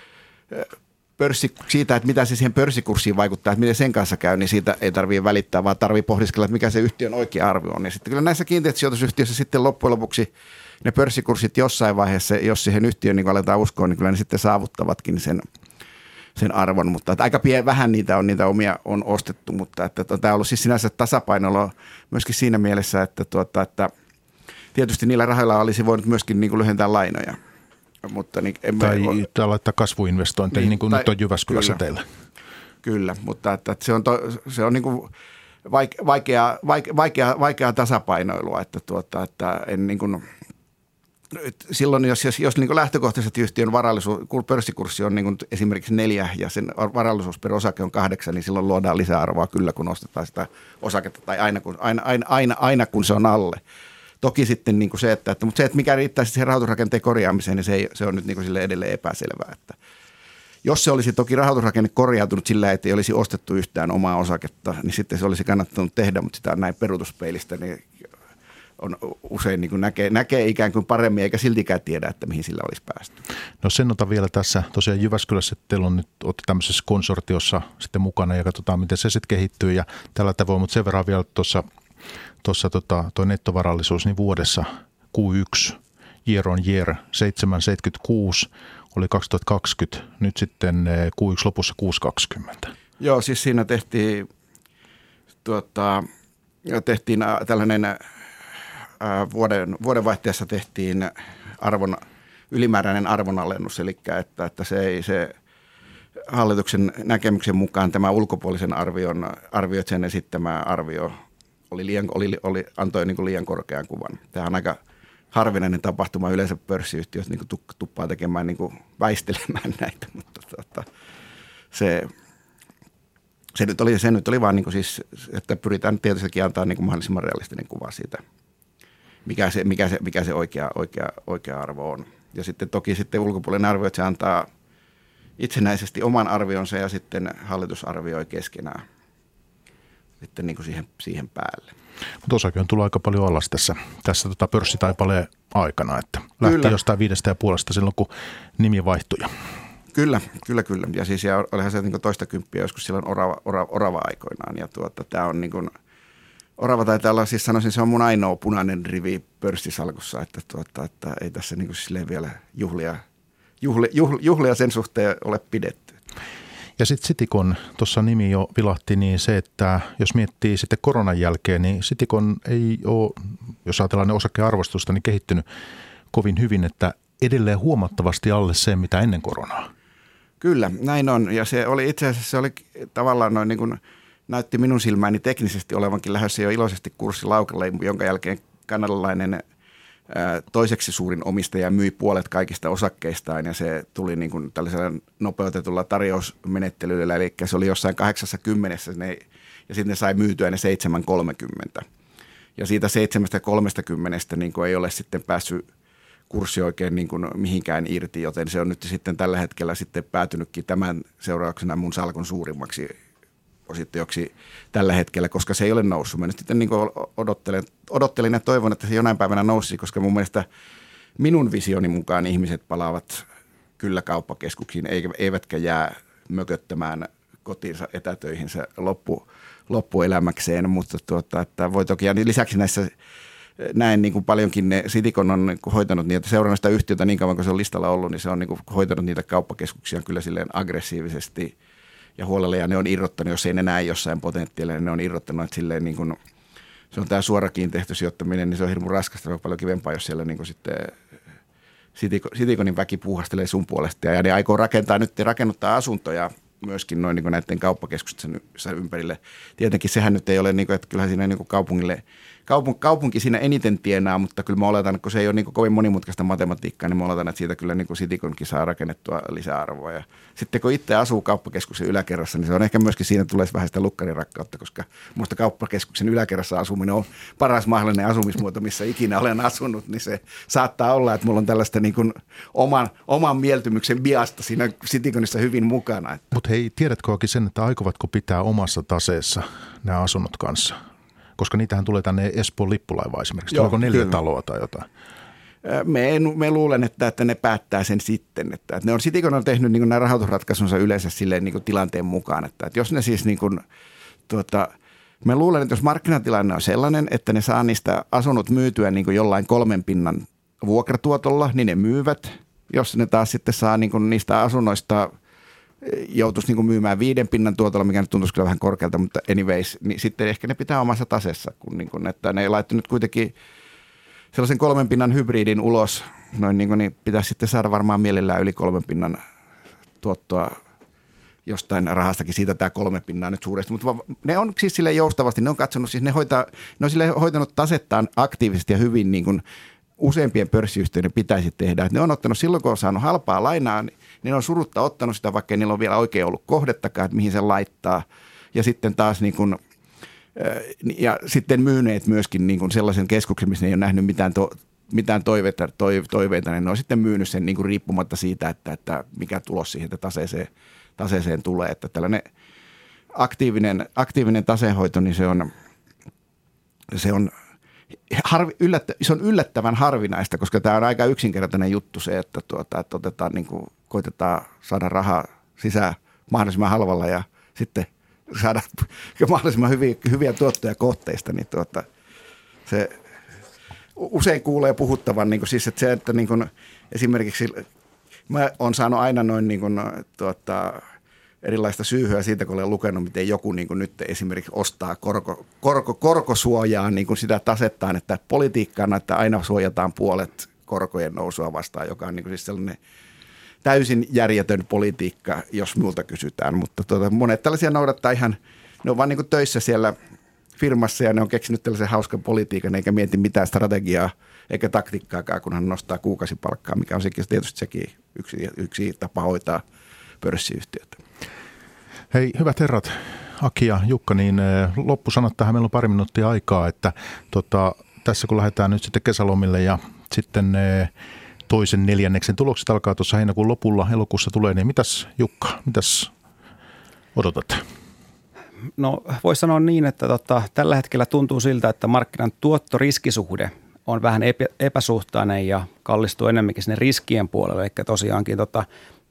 pörssi, siitä, että mitä se siihen pörssikurssiin vaikuttaa, että miten sen kanssa käy, niin siitä ei tarvitse välittää, vaan tarvitsee pohdiskella, että mikä se yhtiön oikea arvio on. Ja sitten kyllä näissä kiinteistösijoitusyhtiöissä sitten loppujen lopuksi ne pörssikurssit jossain vaiheessa, jos siihen yhtiöön niin aletaan uskoa, niin kyllä ne sitten saavuttavatkin sen, sen arvon. Mutta että aika pien, vähän niitä on, niitä omia on ostettu, mutta että, että tämä on ollut siis sinänsä tasapainolla myöskin siinä mielessä, että, tuota, että tietysti niillä rahoilla olisi voinut myöskin niin kuin lyhentää lainoja. Mutta niin, tai, ole, tai laittaa kasvuinvestointeja, niin, niin kuin tai, nyt on Jyväskylässä kyllä, teillä. Kyllä, mutta että, että se on, to, se on niin kuin vaikea, vaikea, vaikea, vaikea tasapainoilua, että, tuota, että en niin kuin, silloin jos, jos, jos niin kuin lähtökohtaisesti yhtiön varallisuus, kun pörssikurssi on niin kuin esimerkiksi neljä ja sen varallisuus per osake on kahdeksan, niin silloin luodaan lisäarvoa kyllä, kun ostetaan sitä osaketta tai aina kun, aina, aina, aina, aina, kun se on alle. Toki sitten niin kuin se, että, että, mutta se, että mikä riittää siihen rahoitusrakenteen korjaamiseen, niin se, ei, se on nyt niin kuin sille edelleen epäselvää. Että jos se olisi toki rahoitusrakenne korjautunut sillä, että ei olisi ostettu yhtään omaa osaketta, niin sitten se olisi kannattanut tehdä, mutta sitä näin peruutuspeilistä niin on usein niin kuin näkee, näkee ikään kuin paremmin, eikä siltikään tiedä, että mihin sillä olisi päästy. No sen otan vielä tässä. Tosiaan Jyväskylässä teillä on nyt, olette tämmöisessä konsortiossa sitten mukana ja katsotaan, miten se sitten kehittyy ja tällä tavoin, mutta sen verran vielä tuossa Tuossa tota, tuo nettovarallisuus niin vuodessa Q yksi, year on year, seitsemän pilkku seitsemänkymmentäkuusi oli kaksituhattakaksikymmentä, nyt sitten Q yksi lopussa kuusi pilkku kaksikymmentä. Joo, siis siinä tehtiin, tuota, tehtiin tällainen ää, vuoden, vuodenvaihteessa tehtiin arvon, ylimääräinen arvonalennus, eli että, että se ei se hallituksen näkemyksen mukaan tämä ulkopuolisen arvion, arviot sen esittämä arvio Oli liian, oli, oli, antoi niin kuin liian korkean kuvan. Tämä on aika harvinainen tapahtuma. Yleensä pörssiyhtiöt niin kuin tuppaa tekemään, niin kuin väistelemään näitä, mutta tuota, se, se, nyt oli, se nyt oli vaan niin kuin siis, että pyritään tietystikin antaa niin kuin mahdollisimman realistinen kuva siitä, mikä se, mikä se, mikä se oikea, oikea, oikea arvo on. Ja sitten toki sitten ulkopuolinen arvio, että se antaa itsenäisesti oman arvionsa ja sitten hallitus arvioi keskenään sitten niin kuin siihen, siihen päälle. Mutta osake on tullut aika paljon alas tässä, tässä tota pörssitaipaleen aikana, että lähti Kyllä. jostain viidestä ja puolesta silloin, kun nimi vaihtui. Kyllä, kyllä, kyllä. Ja siis ja olihan se niin toista kymppiä joskus silloin orava, orava, orava aikoinaan. Ja tuota, tämä on niin kuin, orava taitaa olla, siis sanoisin, se on mun ainoa punainen rivi pörssisalkussa, että, tuota, että ei tässä niin kuin silleen vielä juhlia, juhlia, juhlia sen suhteen ole pidetty. Ja sitten Citycon, tuossa nimi jo vilahti, niin se, että jos miettii sitten koronan jälkeen, niin Citycon ei ole, jos ajatellaan ne osakearvostusta, niin kehittynyt kovin hyvin, että edelleen huomattavasti alle se, mitä ennen koronaa. Kyllä, näin on. Ja se oli itse asiassa, se oli tavallaan noin niin kuin näytti minun silmääni teknisesti olevankin lähdössä jo iloisesti kurssilaukalle, jonka jälkeen kanadalainen ää, toiseksi suurin omistaja myi puolet kaikista osakkeistaan ja se tuli niin kuin tällaisella nopeutetulla tarjousmenettelyllä, eli se oli jossain kahdeksassa ne, ja sitten ne sai myytyä ne seitsemän kolmekymmentä. Ja siitä seitsemästä kolmekymmentä niin kuin ei ole sitten päässyt kurssi oikein niin kuin mihinkään irti, joten se on nyt sitten tällä hetkellä sitten päätynytkin tämän seurauksena mun salkun suurimmaksi ositteoksi tällä hetkellä, koska se ei ole noussut. Mä nyt sitten niin kuin odottelen, odottelin ja toivon, että se jonain päivänä noussi, koska mun mielestä minun visioni mukaan ihmiset palaavat kyllä kauppakeskuksiin, eivätkä jää mököttämään kotiinsa etätöihinsä loppu, loppuelämäkseen, mutta tuota, että voi toki, ja lisäksi näissä näin niin kuin paljonkin ne Citycon on niin kuin hoitanut niitä, seurannut sitä yhtiötä niin kauan kuin se on listalla ollut, niin se on niin kuin hoitanut niitä kauppakeskuksia kyllä silleen aggressiivisesti ja huolella, ja ne on irrottanut, jos ei ne näe jossain potentiaalia, niin ne on irrottanut, että silleen niin kuin, se on tämä suora kiinteistösijoittaminen, niin se on hirmu raskasta, se on paljon kivempaa, jos siellä niin kuin sitten Cityconin väki puuhastelee sun puolesta, ja ne aikoo rakentaa nyt, rakennuttaa asuntoja myöskin noin niin kuin näiden kauppakeskusten ympärille. Tietenkin sehän nyt ei ole, niin kuin, että kyllähän siinä niin kuin kaupungille, kaupunk, kaupunki siinä eniten tienaa, mutta kyllä mä oletan, että kun se ei ole niin kuin kovin monimutkaista matematiikkaa, niin mä oletan, että siitä kyllä niin kuin Cityconkin saa rakennettua lisäarvoa. Ja sitten kun itse asuu kauppakeskuksen yläkerrassa, niin se on ehkä myöskin siinä tulee vähän sitä lukkarirakkautta, koska minusta kauppakeskuksen yläkerrassa asuminen on paras mahdollinen asumismuoto, missä ikinä olen asunut, niin se saattaa olla, että mulla on tällaista niin kuin oman, oman mieltymyksen biasta siinä Cityconissa hyvin mukana. Mutta hei, tiedätkö oikein sen, että aikovatko pitää omassa taseessa nämä asunnot kanssa? Koska niitähän tulee tänne Espoon lippulaiva esimerkiksi. Tuleeko neljä kyllä. taloa tai jotain? Me, me luulen, että, että ne päättää sen sitten. Että, että ne on Citycon on tehnyt niin kuin nämä rahoitusratkaisunsa yleensä silleen niin kuin tilanteen mukaan. Että, että jos ne siis niin kuin, tuota, me luulen, että jos markkinatilanne on sellainen, että ne saa niistä asunnot myytyä niin kuin jollain kolmen pinnan vuokratuotolla, niin ne myyvät. Jos ne taas sitten saa niin kuin niistä asunnoista joutuisi niin kuin myymään viiden pinnan tuotolla, mikä nyt tuntuisi kyllä vähän korkealta, mutta anyways, niin sitten ehkä ne pitää omassa tasessa, kun, niin kuin, että ne ei laittu nyt kuitenkin sellaisen kolmen pinnan hybridin ulos, noin niin kuin, niin pitäisi sitten saada varmaan mielellään yli kolmen pinnan tuottoa jostain rahastakin, siitä tämä kolme pinnaa nyt suuresti, mutta ne on siis silleen joustavasti, ne on katsonut, siis ne, hoitaa, ne on silleen hoitanut tasettaan aktiivisesti ja hyvin niin kuin useimpien pörssiyhtiöiden pitäisi tehdä. Että ne on ottanut silloin, kun on saanut halpaa lainaa, niin ne on surutta ottanut sitä, vaikka ei niillä on vielä oikein ollut kohdettakaan, että mihin se laittaa. Ja sitten taas niin kuin, ja sitten myyneet myöskin niin kuin sellaisen keskuksen, missä ne ei ole nähnyt mitään, to, mitään toiveita, toiveita, niin ne on sitten myynyt sen niin kuin riippumatta siitä, että, että mikä tulos siihen taseeseen, taseeseen tulee. Että tällainen aktiivinen, aktiivinen taseenhoito, niin se on, se on Harvi, yllättä, se on yllättävän harvinaista, koska tämä on aika yksinkertainen juttu se, että, tuota, että otetaan, niin kuin, koitetaan saada rahaa sisään mahdollisimman halvalla ja sitten saada mahdollisimman hyviä, hyviä tuottoja kohteista. Niin tuota, se usein kuulee puhuttavan, niin kuin, siis, että se, että niin kuin, esimerkiksi mä oon saanut aina noin niin kuin, tuota, erilaista syyhyä siitä, kun olen lukenut, miten joku niin kuin nyt esimerkiksi ostaa korko, korko, korkosuojaa niin kuin sitä tasettaan, että politiikkaan, että aina suojataan puolet korkojen nousua vastaan, joka on niin kuin siis sellainen täysin järjetön politiikka, jos minulta kysytään. Mutta tuota, monet tällaisia noudattaa ihan, ne on vaan niin kuin töissä siellä firmassa ja ne on keksinyt tällaisen hauskan politiikan, eikä mieti mitään strategiaa eikä taktiikkaakaan, kun hän nostaa kuukausipalkkaa, mikä on sekin, tietysti sekin yksi, yksi tapa hoitaa pörssiyhtiötä. Hei, hyvät herrat, Aki ja Jukka, niin loppusanat tähän, meillä on pari minuuttia aikaa, että tota, tässä kun lähdetään nyt sitten kesälomille ja sitten toisen neljänneksen tulokset alkaa tuossa heinäkuun lopulla, elokuussa tulee, niin mitäs Jukka, mitäs odotat? No voisi sanoa niin, että tota, tällä hetkellä tuntuu siltä, että markkinan tuottoriskisuhde on vähän epä, epäsuhtainen ja kallistuu enemmänkin sinne riskien puolelle, eli tosiaankin tota,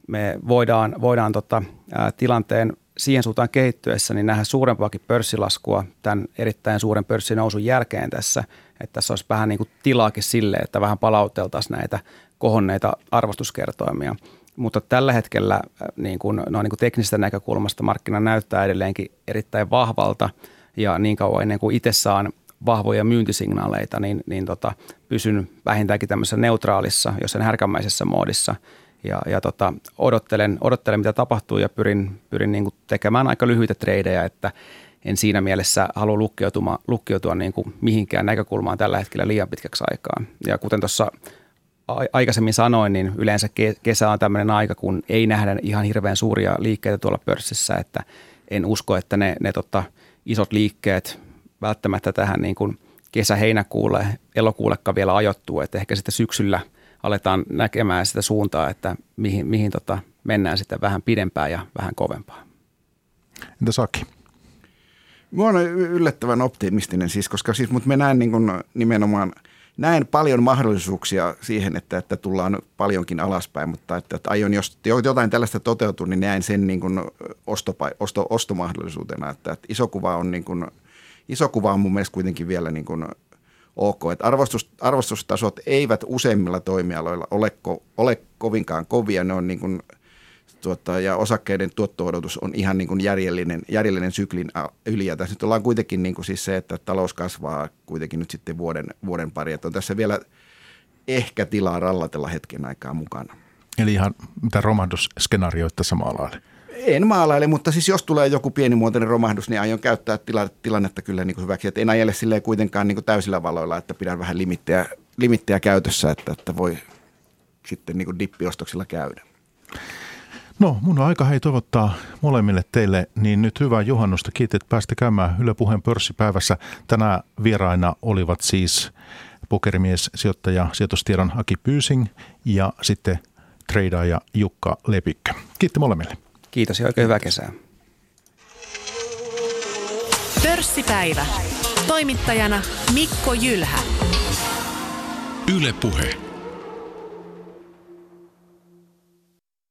me voidaan, voidaan tota, ää, tilanteen siihen suuntaan kehittyessä niin nähdä suurempaakin pörssilaskua tämän erittäin suuren pörssinousun jälkeen tässä, että tässä olisi vähän niin kuin tilaakin sille, että vähän palauteltaisiin näitä kohonneita arvostuskertoimia. Mutta tällä hetkellä niin kuin, no niin kuin teknisestä näkökulmasta markkina näyttää edelleenkin erittäin vahvalta ja niin kauan ennen kuin itse saan vahvoja myyntisignaaleita, niin, niin tota, pysyn vähintäänkin tämmöisessä neutraalissa, jos en härkämäisessä moodissa ja, ja tota, odottelen, odottelen, mitä tapahtuu ja pyrin, pyrin niin kuin tekemään aika lyhyitä treidejä, että en siinä mielessä halua lukkiutua, lukkiutua niin kuin mihinkään näkökulmaan tällä hetkellä liian pitkäksi aikaa. Ja kuten tuossa aikaisemmin sanoin, niin yleensä kesä on tämmöinen aika, kun ei nähdä ihan hirveän suuria liikkeitä tuolla pörssissä, että en usko, että ne, ne tota, isot liikkeet välttämättä tähän niin kuin kesä-heinäkuulle, elokuullekaan vielä ajoittuu, että ehkä sitten syksyllä aletaan näkemään sitä suuntaa, että mihin, mihin tota mennään sitten vähän pidempään ja vähän kovempaa. Entä Saki? Mä oon yllättävän optimistinen siis, koska siis, mutta mä näen niin kuin nimenomaan näen paljon mahdollisuuksia siihen, että, että tullaan paljonkin alaspäin, mutta että, että aion, jos jotain tällaista toteutuu, niin näen sen niin kuin ostopa, osto, ostomahdollisuutena, että, että iso kuva on niin kuin, iso kuva on mun mielestä kuitenkin vielä niin kuin ok, että arvostus, arvostustasot eivät useimmilla toimialoilla ole, ko, ole kovinkaan kovia, ne on niin kuin, tuota, ja osakkeiden tuotto-odotus on ihan niin kuin järjellinen, järjellinen syklin yli. Ja tässä nyt ollaan kuitenkin niin kuin siis se, että talous kasvaa kuitenkin nyt sitten vuoden, vuoden pari. Että on tässä vielä ehkä tilaa rallatella hetken aikaa mukana. Eli ihan mitä romahdusskenaarioita tässä maalaille? En maalaile, mutta siis jos tulee joku pienimuotoinen romahdus, niin aion käyttää tila, tilannetta kyllä niin kuin hyväksi. Että en ajele silleen kuitenkaan niin kuin täysillä valoilla, että pidän vähän limittejä, limittejä käytössä, että, että voi sitten niin kuin dippiostoksilla käydä. No, mun on aika hei toivottaa molemmille teille niin nyt hyvää juhannusta. Kiitos, että pääsitte käymään Yle Puheen pörssipäivässä. Tänään vieraina olivat siis pokerimies, sijoittaja, sijoitustiedon Aki Pyysing ja sitten treidaaja Jukka Lepikkö. Kiitos molemmille. Kiitos ja oikein hyvää kesää. Pörssipäivä. Toimittajana Mikko Jylhä. Yle Puhe.